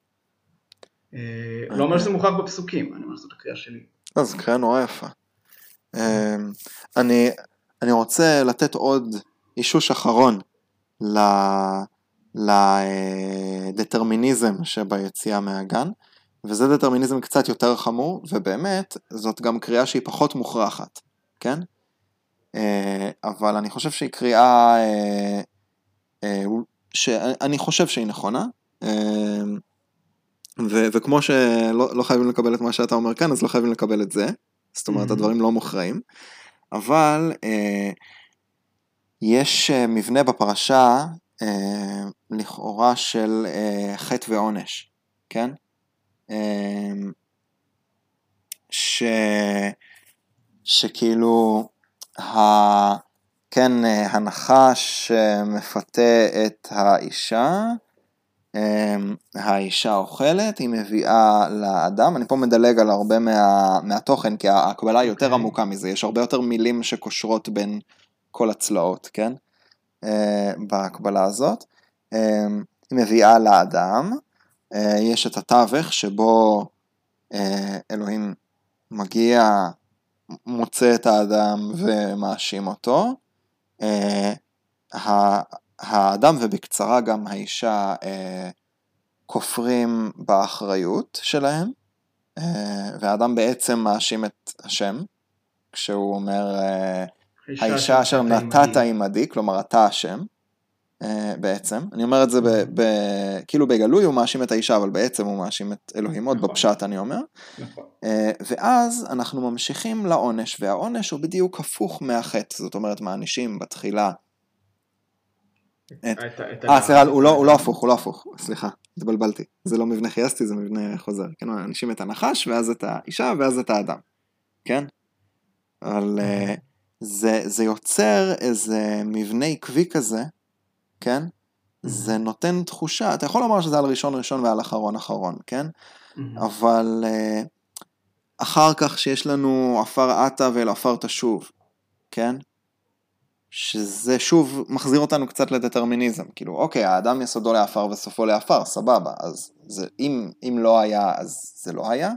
לא אומר שזה מוכרח בפסוקים, אני אומר שזאת הקריאה שלי. אז קריאה נורא יפה. אני רוצה לתת עוד אישוש אחרון לדטרמיניזם שביציאה מהגן, וזה דטרמיניזם קצת יותר חמור, ובאמת זאת גם קריאה שהיא פחות מוכרחת, כן? אבל אני חושב שהיא קריאה שאני חושב שהיא נכונה, וכמו שלא חייבים לקבל את מה שאתה אומר כאן, אז לא חייבים לקבל את זה, זאת אומרת הדברים לא מוכרעים, אבל יש מבנה בפרשה לכאורה של חטא ועונש, כן? שכאילו כן, הנחש מפתה את האישה, האישה אוכלת, היא מביאה לאדם, אני פה מדלג על הרבה מהתוכן, כי ההקבלה היא יותר עמוקה מזה, יש הרבה יותר מילים שקושרות בין כל הצלעות, כן? בהקבלה הזאת. היא מביאה לאדם, יש את התווך שבו אלוהים מגיע, מוצא את האדם ומאשים אותו, האדם ובקצרה גם האישה כופרים באחריות שלהם, והאדם בעצם מאשים את השם, כשהוא אומר, האישה אשר נתת עמדי, כלומר אתה השם, בעצם, אני אומר את זה כאילו בגלוי הוא מאשים את האישה, אבל בעצם הוא מאשים את אלוהים, עוד בפשט אני אומר, ואז אנחנו ממשיכים לעונש, והעונש הוא בדיוק הפוך מהחטא, זאת אומרת מענישים בתחילה, סליחה, הוא לא הפוך, סליחה, התבלבלתי, זה לא מבנה חייסטי, זה מבנה חוזר, כן, מענישים את הנחש, ואז את האישה, ואז את האדם, כן, אבל זה יוצר איזה מבנה עקבי כזה, כן? זה נותן תחושה, אתה יכול לומר שזה על ראשון ועל אחרון, כן? אבל אחר כך שיש לנו עפר עתה ואל עפר תשוב, כן? שזה שוב מחזיר אותנו קצת לדטרמיניזם, כאילו אוקיי, האדם יסודו לעפר וסופו לעפר, סבבה, אז זה, אם לא היה, אז זה לא היה,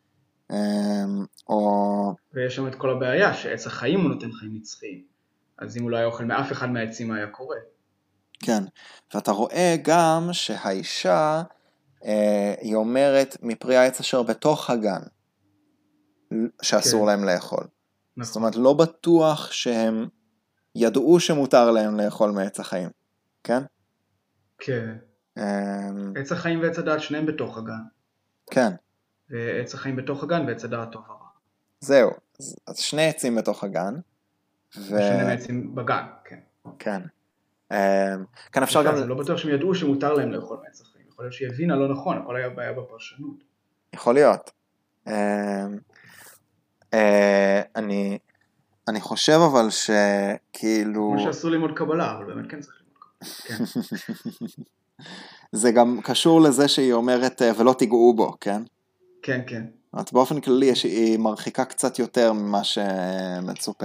ויש שם את כל הבעיה, שעץ החיים הוא נותן חיים נצחיים, אז אם הוא לא היה אוכל מאף אחד מהעצים היה קורה. כן, ואתה רואה גם שהאישה, היא אומרת מפרי העץ אשר בתוך הגן, שאסור להם לאכול. זאת אומרת, לא בטוח שהם ידעו שמותר להם לאכול מעץ החיים, כן? כן. עץ החיים ועץ הדעת שניהם בתוך הגן. כן. ועץ החיים בתוך הגן ועץ הדעת טוב הרע. זהו, אז שני עצים בתוך הגן. ושני מעצים בגן, כן. כן. כאן אפשר גם... לא בטוח שהם ידעו שמותר להם לאכול מעץ החיים. יכול להיות שהיא הבינה לא נכון, הכל היה בעיה בפרשנות. יכול להיות. אני חושב אבל שכאילו... כמו שעשו ללמוד קבלה, אבל באמת כן צריך ללמוד קבלה. כן. זה גם קשור לזה שהיא אומרת ולא תיגעו בו, כן? כן, כן. אז באופן כללי היא מרחיקה קצת יותר ממה שמצופה,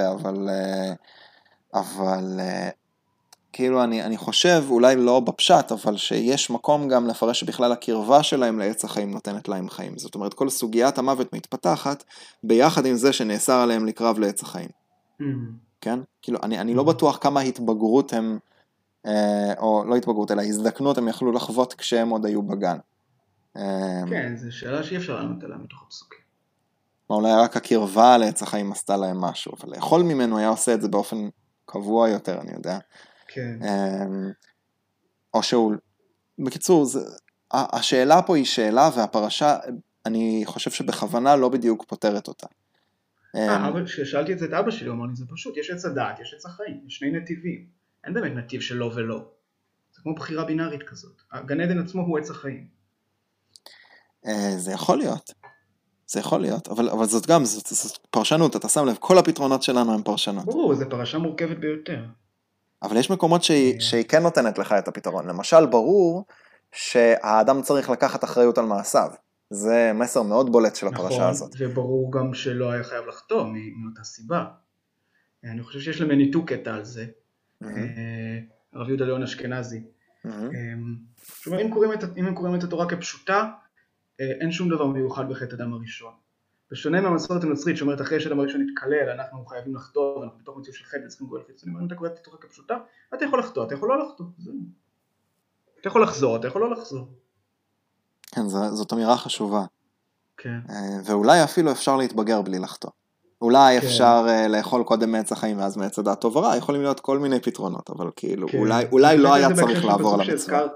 אבל כאילו אני חושב, אולי לא בפשט, אבל שיש מקום גם לפרש שבכלל הקרבה שלהם לעץ החיים נותנת להם חיים. זאת אומרת, כל סוגיית המוות מתפתחת ביחד עם זה שנאסר עליהם לקרב לעץ החיים. כן? כאילו, אני לא בטוח כמה התבגרות הם, או לא התבגרות, אלא הזדקנות הם יכלו לחוות כשהם עוד היו בגן. כן, זו שאלה שאי אפשר לענות עליה מתוך הפסוקים. אולי רק הקרבה לעץ החיים עשתה להם משהו, אבל לאכול ממנו היה עושה את זה באופן קבוע יותר, אני יודע. כן. או שהוא, בקיצור, השאלה פה היא שאלה, והפרשה, אני חושב שבכוונה לא בדיוק פותרת אותה. אבל כששאלתי את זה את אבא שלי, הוא אמר לי, זה פשוט, יש עץ הדעת, יש עץ החיים, יש שני נתיבים. אין באמת נתיב של לא ולא. זה כמו בחירה בינארית כזאת. הגן עדן עצמו הוא עץ החיים. זה יכול להיות. זה יכול להיות, אבל זאת גם, זאת פרשנות, אתה שם לב, כל הפתרונות שלנו הם פרשנות. ברור, זו פרשה מורכבת ביותר. אבל יש מקומות שהיא כן נותנת לך את הפתרון. למשל, ברור שהאדם צריך לקחת אחריות על מעשיו. זה מסר מאוד בולט של הפרשה הזאת. נכון, וברור גם שלא היה חייב לחתום מאותה סיבה. אני חושב שיש למי ניתוק קטע על זה. הרב יהודה ליאון אשכנזי. כלומר, אם הם קוראים את התורה כפשוטה, אין שום דבר מיוחד בחטא אדם הראשון. בשונה מהמסורת הנוצרית שאומרת אחרי שאדם הראשון יתקלל, אנחנו חייבים לחטוא, ואנחנו בתוך מציאות של חטא וצריכים גואל חיצוני. אם אתה קורא את התורה כפשוטה, אתה יכול לחטוא, אתה יכול לא לחטוא. אתה יכול לחזור, אתה יכול לא לחזור. כן, זאת אמירה חשובה. כן. ואולי אפילו אפשר להתבגר בלי לחטוא. אולי כן. אפשר לאכול קודם מעץ החיים ואז מעץ הדעת טוב ורע, יכולים להיות כל מיני פתרונות, אבל כאילו כן. אולי לא היה זה בהקשר צריך של לעבור על הפסוק המצווה. שהזכרת.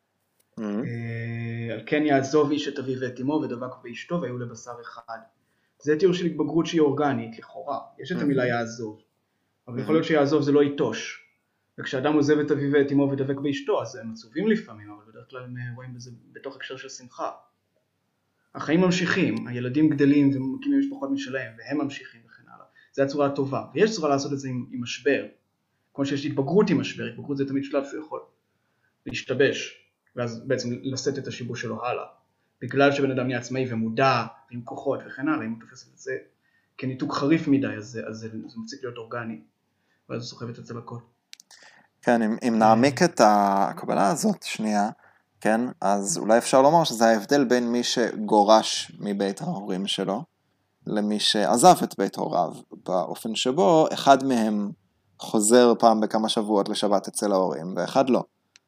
על כן יעזוב איש את אביו ואת אמו ודבק באשתו והיו לבשר אחד. זה תיאור של התבגרות שהיא אורגנית, לכאורה. יש את המילה יעזוב. אבל יכול להיות שיעזוב זה לא יתוש. וכשאדם עוזב את אביו ואת אמו ודבק באשתו, אז הם עצובים לפעמים, אבל בדרך כלל הם רואים בזה בתוך הקשר של שמחה. החיים ממשיכים, הילדים גדלים ומקימים משפחות משלהם, והם ממשיכים וכן הלאה. זו הצורה הטובה. ויש צורה לעשות את זה עם משבר. כמו שיש התבגרות עם משבר, התבגרות זה תמיד שלב שהוא יכול להשתבש, ואז בעצם לשאת את השיבוש שלו הלאה. בגלל שבן אדם נהיה עצמאי ומודע, ועם כוחות וכן הלאה, אם הוא תופס את זה כניתוק חריף מדי, אז זה מפסיק להיות אורגני, ואז הוא סוחב את הצלקות. כן, אם נעמיק את הקבלה הזאת שנייה, כן, אז אולי אפשר לומר שזה ההבדל בין מי שגורש מבית ההורים שלו, למי שעזב את בית הוריו, באופן שבו אחד מהם חוזר פעם בכמה שבועות לשבת אצל ההורים, ואחד לא.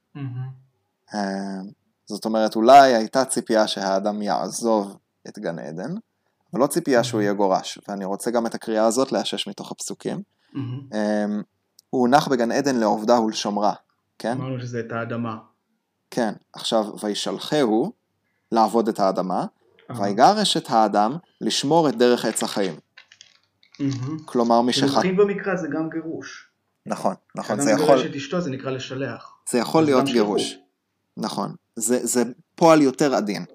זאת אומרת, אולי הייתה ציפייה שהאדם יעזוב את גן עדן, אבל לא ציפייה שהוא יהיה גורש, ואני רוצה גם את הקריאה הזאת לאשש מתוך הפסוקים. הוא הונח בגן עדן לעובדה ולשומרה, כן? אמרנו שזה את האדמה. כן, עכשיו, וישלחהו לעבוד את האדמה, ויגרש את האדם לשמור את דרך עץ החיים. כלומר, מי שמבחין במקרא זה גם גירוש. נכון, נכון. כשאדם מגרש את אשתו זה נקרא לשלח. זה יכול להיות גירוש. נכון. זה פועל יותר עדין.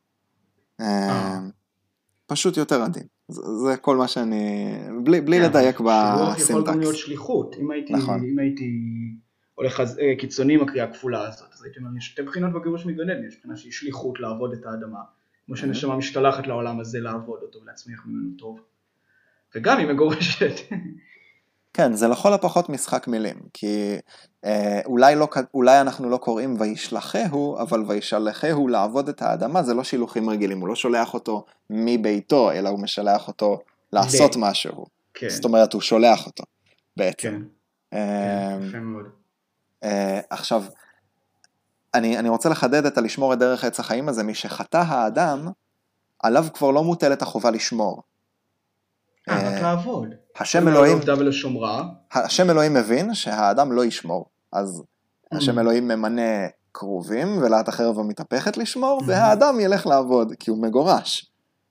פשוט יותר עדין. זה כל מה שאני... בלי לדייק בסינטקס. שילוח יכול גם להיות שליחות. אם הייתי הולך קיצוני עם הקריאה הכפולה הזאת, אז הייתי אומר, יש שתי בחינות בגירוש מגן עדן. יש בחינה שהיא שליחות לעבוד את האדמה. כמו שנשמה משתלחת לעולם הזה לעבוד אותו ולהצמיח ממנו טוב. וגם היא מגורשת. כן, זה לכל הפחות משחק מילים, כי אולי אנחנו לא קוראים וישלחהו, אבל וישלחהו לעבוד את האדמה, זה לא שילוחים רגילים, הוא לא שולח אותו מביתו, אלא הוא משלח אותו לעשות משהו. כן. זאת אומרת, הוא שולח אותו, בעצם. כן, יפה מאוד. עכשיו, אני רוצה לחדד את הלשמור את דרך עץ החיים הזה, מי שחטא האדם, עליו כבר לא מוטלת החובה לשמור. רק לעבוד. השם אלוהים מבין שהאדם לא ישמור, אז השם אלוהים ממנה קרובים, ולעת החרב המתהפכת לשמור, והאדם ילך לעבוד, כי הוא מגורש.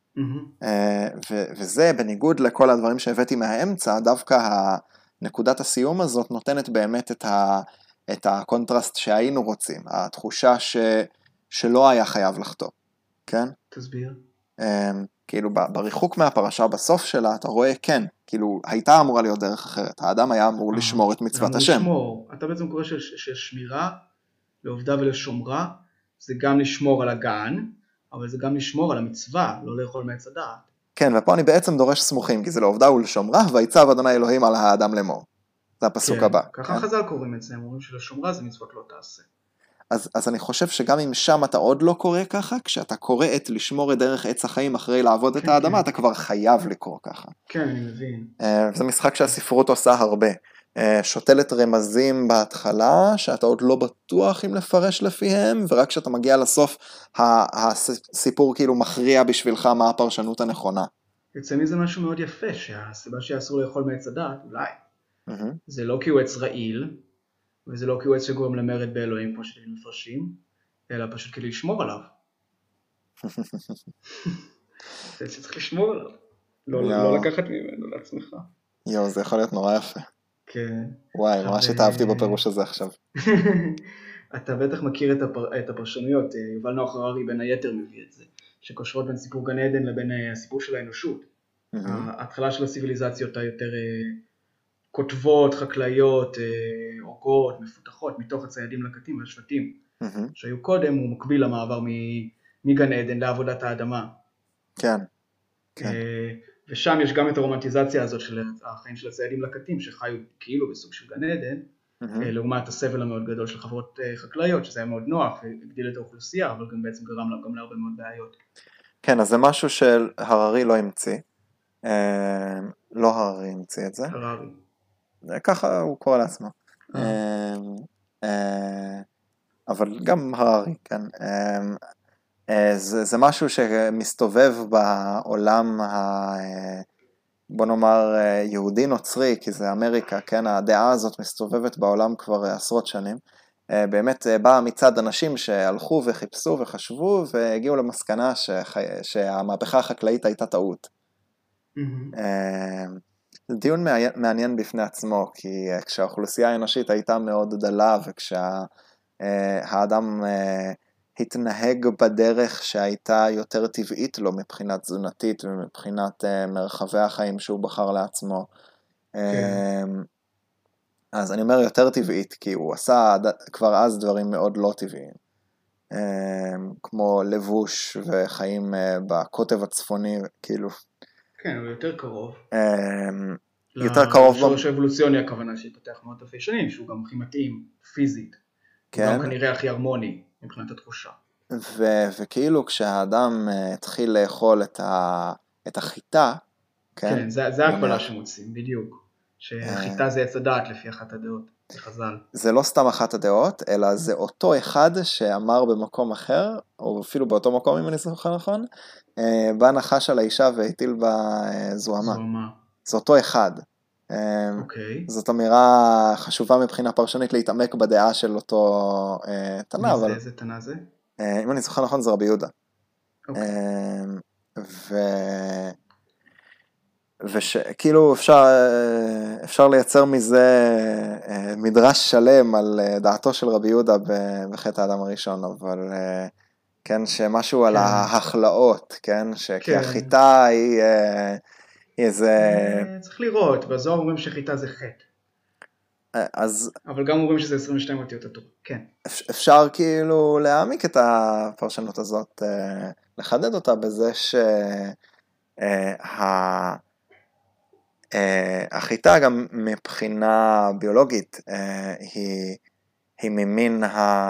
וזה בניגוד לכל הדברים שהבאתי מהאמצע, דווקא נקודת הסיום הזאת נותנת באמת את הקונטרסט שהיינו רוצים, התחושה שלא היה חייב לחטוא. כן? תסביר. כאילו בריחוק מהפרשה בסוף שלה אתה רואה כן, כאילו הייתה אמורה להיות דרך אחרת, האדם היה אמור לשמור את מצוות השם. אתה בעצם קורא ששמירה לעובדה ולשומרה זה גם לשמור על הגן, אבל זה גם לשמור על המצווה, לא לאכול מעץ הדעת. כן, ופה אני בעצם דורש סמוכים, כי זה לעובדה ולשומרה, ויצב אדוני אלוהים על האדם לאמור. זה הפסוק הבא. ככה חז"ל קוראים את זה, הם אומרים שלשומרה זה מצוות לא תעשה. אז אני חושב שגם אם שם אתה עוד לא קורא ככה, כשאתה קורא את לשמור את דרך עץ החיים אחרי לעבוד את האדמה, אתה כבר חייב לקרוא ככה. כן, אני מבין. זה משחק שהספרות עושה הרבה. שותלת רמזים בהתחלה, שאתה עוד לא בטוח אם לפרש לפיהם, ורק כשאתה מגיע לסוף, הסיפור כאילו מכריע בשבילך מה הפרשנות הנכונה. יוצא מזה משהו מאוד יפה, שהסיבה שאסור לאכול מעץ הדעת, אולי, זה לא כי הוא עץ רעיל, וזה לא כי הוא עץ שגורם למרד באלוהים, כמו שאתם מפרשים, אלא פשוט כדי לשמור עליו. זה שצריך לשמור עליו. לא לקחת ממנו לעצמך. זה יכול להיות נורא יפה. כן. וואי, ממש התאהבתי בפירוש הזה עכשיו. אתה בטח מכיר את הפרשנויות, יובל נוח הררי בין היתר מביא את זה, שקושרות בין סיפור גן עדן לבין הסיפור של האנושות. ההתחלה של הסיביליזציות היותר כותבות, חקלאיות, אורגות, מפותחות, מתוך הציידים לקטים והשבטים, שהיו קודם, הוא מקביל למעבר מגן עדן לעבודת האדמה. כן. ושם יש גם את הרומנטיזציה הזאת של החיים של הציידים לקטים, שחיו כאילו בסוג של גן עדן, לעומת הסבל המאוד גדול של חברות חקלאיות, שזה היה מאוד נוח, והגדיל את האוכלוסייה, אבל גם בעצם גרם גם להרבה מאוד בעיות. כן, אז זה משהו של הררי לא המציא. לא הררי המציא את זה. הררי. ככה הוא קורא לעצמו. אבל גם הררי, כן. זה משהו שמסתובב בעולם בוא נאמר יהודי נוצרי, כי זה אמריקה, כן, הדעה הזאת מסתובבת בעולם כבר עשרות שנים, באמת באה מצד אנשים שהלכו וחיפשו וחשבו והגיעו למסקנה שהמהפכה החקלאית הייתה טעות. זה דיון מעניין בפני עצמו, כי כשהאוכלוסייה האנושית הייתה מאוד דלה, וכשהאדם התנהג בדרך שהייתה יותר טבעית לו מבחינה תזונתית ומבחינת מרחבי החיים שהוא בחר לעצמו. אז אני אומר יותר טבעית, כי הוא עשה כבר אז דברים מאוד לא טבעיים, כמו לבוש וחיים בקוטב הצפוני, כאילו. כן, הוא יותר קרוב. יותר קרוב. לשורש האבולוציוני הכוונה שהתפתח מאוד אלפי שנים, שהוא גם הכי מתאים פיזית. כן. הוא גם כנראה הכי הרמוני מבחינת התחושה. וכאילו כשהאדם התחיל לאכול את החיטה, כן, זה ההקבלה שמוצאים, בדיוק. שחיטה זה עץ הדעת לפי אחת הדעות, בחז"ל. זה לא סתם אחת הדעות, אלא זה אותו אחד שאמר במקום אחר, או אפילו באותו מקום אם אני זוכר נכון, בא נחש על האישה והטיל בה זוהמה. זה אותו אחד. זאת אמירה חשובה מבחינה פרשנית להתעמק בדעה של אותו תנא. איזה תנא זה? אם אני זוכר נכון זה רבי יהודה. וכאילו אפשר לייצר מזה מדרש שלם על דעתו של רבי יהודה בחטא האדם הראשון, אבל כן, שמשהו על ההכלאות, כן, כי החיטה היא איזה... צריך לראות, בזוהר אומרים שחיטה זה חטא. אבל גם אומרים שזה 22 אותיות התורה, כן. אפשר כאילו להעמיק את הפרשנות הזאת, לחדד אותה בזה החיטה גם מבחינה ביולוגית היא ממין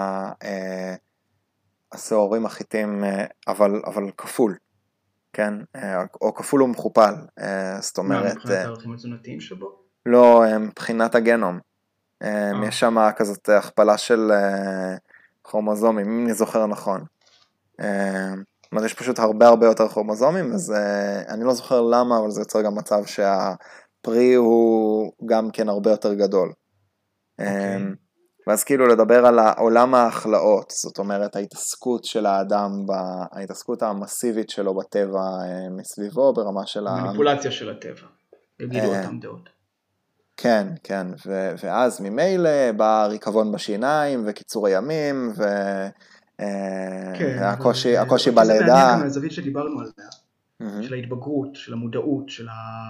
השעורים החיטים, אבל כפול, כן? או כפול ומכופל, זאת אומרת... מבחינת הערכים התזונתיים שבו? לא, מבחינת הגנום. יש שם כזאת הכפלה של כרומוזומים, אם אני זוכר נכון. יש פשוט הרבה יותר כרומוזומים, אז אני לא זוכר למה, אבל זה יוצר גם מצב שהפרי הוא גם כן הרבה יותר גדול. ואז כאילו לדבר על עולם ההכלאות, זאת אומרת ההתעסקות של האדם, ההתעסקות המסיבית שלו בטבע מסביבו, ברמה של המניפולציה של הטבע, יגידו אותם דעות. כן, כן, ואז ממילא בא ריקבון בשיניים וקיצור הימים, הקושי בלידה. זה מעניין גם הזווית שדיברנו עליה, של ההתבגרות, של המודעות, של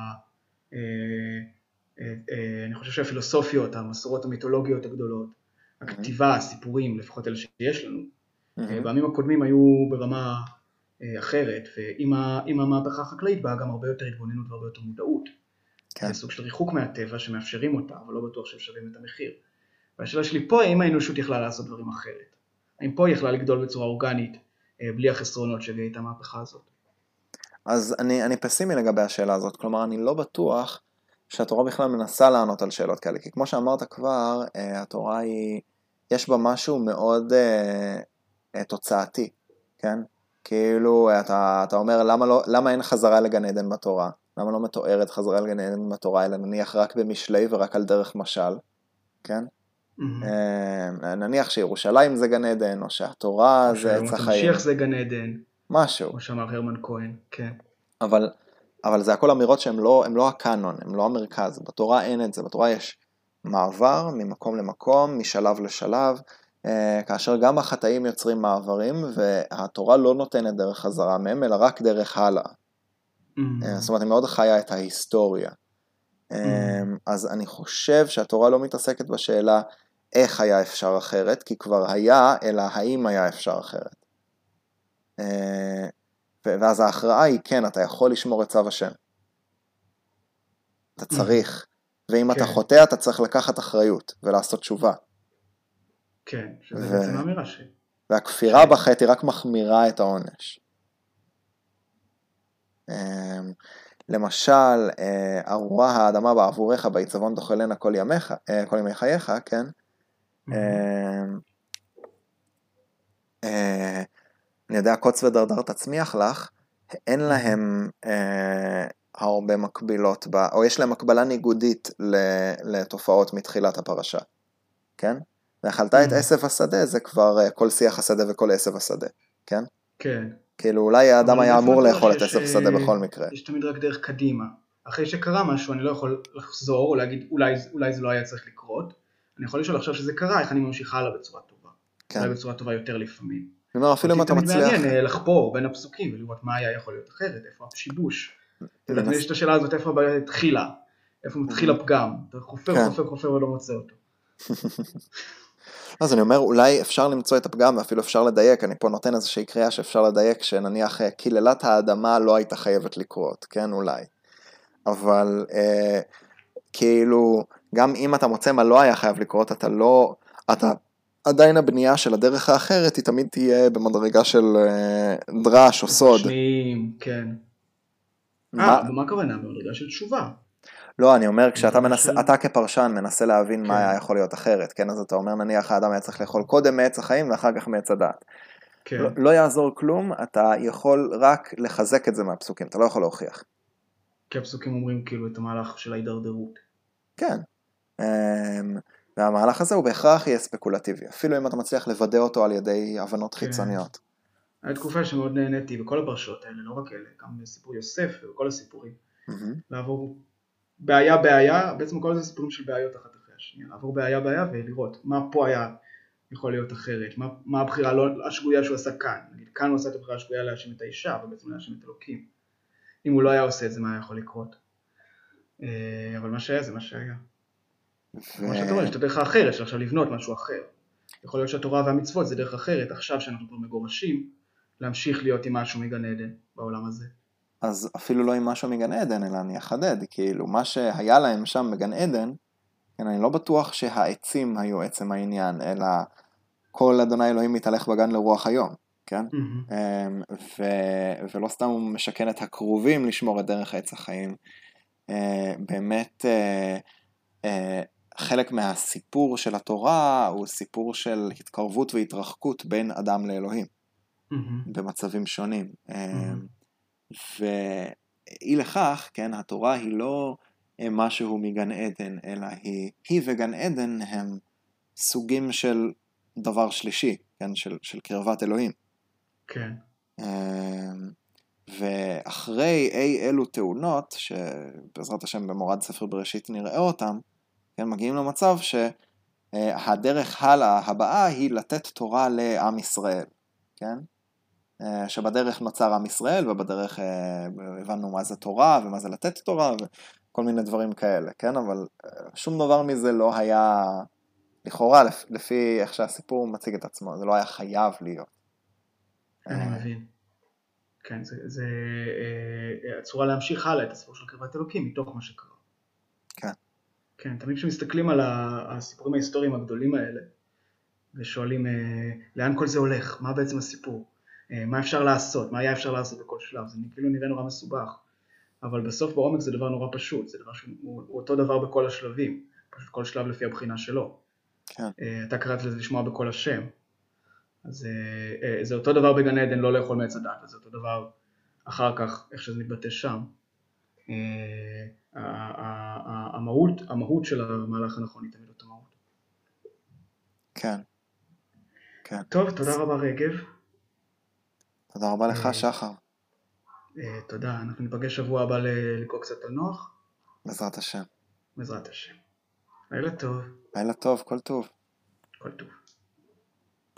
אני חושב שהפילוסופיות, המסורות המיתולוגיות הגדולות, הכתיבה, הסיפורים, לפחות אלה שיש לנו, בימים הקודמים היו ברמה אחרת, ועם המהפכה החקלאית באה גם הרבה יותר התבוננות והרבה יותר מודעות. זה סוג של ריחוק מהטבע שמאפשרים אותה, אבל לא בטוח שאפשרים את המחיר. והשאלה שלי פה, האם האנושות יכלה לעשות דברים אחרת? האם פה יכלה לגדול בצורה אורגנית, בלי החסרונות שהביאה את המהפכה הזאת? אז אני פסימי לגבי השאלה הזאת, כלומר אני לא בטוח שהתורה בכלל מנסה לענות על שאלות כאלה, כי כמו שאמרת כבר, התורה יש בה משהו מאוד תוצאתי, כן? כאילו אתה אומר למה אין חזרה לגן עדן בתורה? למה לא מתוארת חזרה לגן עדן בתורה, אלא נניח רק במשלי ורק על דרך משל, כן? נניח שירושלים זה גן עדן, או שהתורה זה עץ החיים. המשיח זה גן עדן. משהו. כמו שאמר הרמן כהן, כן. אבל זה הכל אמירות שהן לא הקאנון, הן לא המרכז. בתורה אין את זה, בתורה יש מעבר ממקום למקום, משלב לשלב, כאשר גם החטאים יוצרים מעברים, והתורה לא נותנת דרך חזרה מהם, אלא רק דרך הלאה. זאת אומרת, היא מאוד חיה את ההיסטוריה. אז אני חושב שהתורה לא מתעסקת בשאלה איך היה אפשר אחרת, כי כבר היה, אלא האם היה אפשר אחרת. ואז ההכרעה היא, כן, אתה יכול לשמור את צו השם. אתה צריך. ואם אתה חוטא, אתה צריך לקחת אחריות ולעשות תשובה. כן, שזה בעצם האמירה שלי. והכפירה בחטא היא רק מחמירה את העונש. למשל, ארורה האדמה בעבורך, בעיצבון תאכלנה כל ימי חייך, כן? אני יודע, קוץ ודרדר תצמיח לך, אין להם הרבה מקבילות, או יש להם הקבלה ניגודית לתופעות מתחילת הפרשה, כן? ואכלת את עשב השדה, זה כבר כל שיח השדה וכל עשב השדה, כן? כן. כאילו אולי האדם היה אמור לאכול את עשב השדה בכל מקרה. יש תמיד רק דרך קדימה. אחרי שקרה משהו, אני לא יכול לחזור או להגיד אולי זה לא היה צריך לקרות. אני יכול לשאול עכשיו שזה קרה, איך אני ממשיך הלאה בצורה טובה. אולי בצורה טובה יותר לפעמים. אני אומר, אפילו אם אתה מצליח... תמיד מעניין לחפור בין הפסוקים ולראות מה היה יכול להיות אחרת, איפה השיבוש. יש את השאלה הזאת, איפה הבעיה התחילה, איפה מתחיל הפגם. אתה חופר ולא מוצא אותו. אז אני אומר, אולי אפשר למצוא את הפגם ואפילו אפשר לדייק, אני פה נותן איזושהי קריאה שאפשר לדייק, שנניח קיללת האדמה לא הייתה חייבת לקרות, כן, אולי. אבל כאילו, גם אם אתה מוצא מה לא היה חייב לקרות, אתה עדיין הבנייה של הדרך האחרת, היא תמיד תהיה במדרגה של דרש או סוד. שניים, כן. ומה הכוונה? במדרגה של תשובה. לא, אני אומר, כשאתה מנסה, אתה כפרשן מנסה להבין מה היה יכול להיות אחרת, כן? אז אתה אומר, נניח האדם היה צריך לאכול קודם מעץ החיים ואחר כך מעץ הדעת. לא יעזור כלום, אתה יכול רק לחזק את זה מהפסוקים, אתה לא יכול להוכיח. כי הפסוקים אומרים כאילו את המהלך של ההידרדרות. כן. והמהלך הזה הוא בהכרח יהיה ספקולטיבי, אפילו אם אתה מצליח לוודא אותו על ידי הבנות חיצוניות. הייתה תקופה שמאוד נהניתי בכל הפרשות האלה, לא רק אלה, גם בסיפור יוסף ובכל הסיפורים. לעבור בעיה, בעצם כל זה סיפורים של בעיות אחת אחרי השנייה, לעבור בעיה ולראות מה פה היה יכול להיות אחרת, מה הבחירה השגויה שהוא עשה כאן. נגיד, כאן הוא עשה את הבחירה השגויה להאשים את האישה, ובעצם להאשים את אלוקים. אם הוא לא היה עושה את זה, מה היה יכול לקרות? אבל מה שהיה זה מה שהיה. כמו שאתה רואה, יש את הדרך האחרת, של עכשיו לבנות משהו אחר. יכול להיות שהתורה והמצוות זה דרך אחרת, עכשיו שאנחנו כבר מגורשים, להמשיך להיות עם משהו מגן עדן בעולם הזה. אז אפילו לא עם משהו מגן עדן, אלא אני אחדד, כאילו מה שהיה להם שם מגן עדן, כן, אני לא בטוח שהעצים היו עצם העניין, אלא כל אדוני אלוהים מתהלך בגן לרוח היום, כן? ולא סתם הוא משכן את הקרובים לשמור את דרך עץ החיים. באמת חלק מהסיפור של התורה הוא סיפור של התקרבות והתרחקות בין אדם לאלוהים, במצבים שונים. ואי לכך, כן, התורה היא לא משהו מגן עדן, אלא היא וגן עדן הם סוגים של דבר שלישי, כן, של קרבת אלוהים. כן. ואחרי אלו תאונות, שבעזרת השם במורד ספר בראשית נראה אותם, כן, מגיעים למצב שהדרך הלאה הבאה היא לתת תורה לעם ישראל, כן? שבדרך נוצר עם ישראל, ובדרך הבנו מה זה תורה, ומה זה לתת תורה, וכל מיני דברים כאלה, כן? אבל שום דבר מזה לא היה, לכאורה, לפי איך שהסיפור מציג את עצמו, זה לא היה חייב להיות. אני מבין. כן, זה הצורה להמשיך הלאה את הסיפור של קרבת אלוקים, מתוך מה שקרה. כן. כן, תמיד כשמסתכלים על הסיפורים ההיסטוריים הגדולים האלה, ושואלים לאן כל זה הולך, מה בעצם הסיפור, מה אפשר לעשות, מה היה אפשר לעשות בכל שלב, זה כאילו נראה נורא מסובך, אבל בסוף בעומק זה דבר נורא פשוט, זה דבר שהוא אותו דבר בכל השלבים, פשוט כל שלב לפי הבחינה שלו. כן. אתה קראת לזה לשמוע בכל השם, אז זה אותו דבר בגן עדן, לא לאכול מעץ הדת, זה אותו דבר אחר כך, איך שזה מתבטא שם. המהות של המהלך הנכון היא תמיד אותה מהות. כן. כן. טוב, תודה רבה רגב. תודה רבה לך שחר. תודה, אנחנו ניפגש שבוע הבא לקרוא קצת על נוח. בעזרת השם. בעזרת השם. לילה טוב. לילה טוב, כל טוב. כל טוב.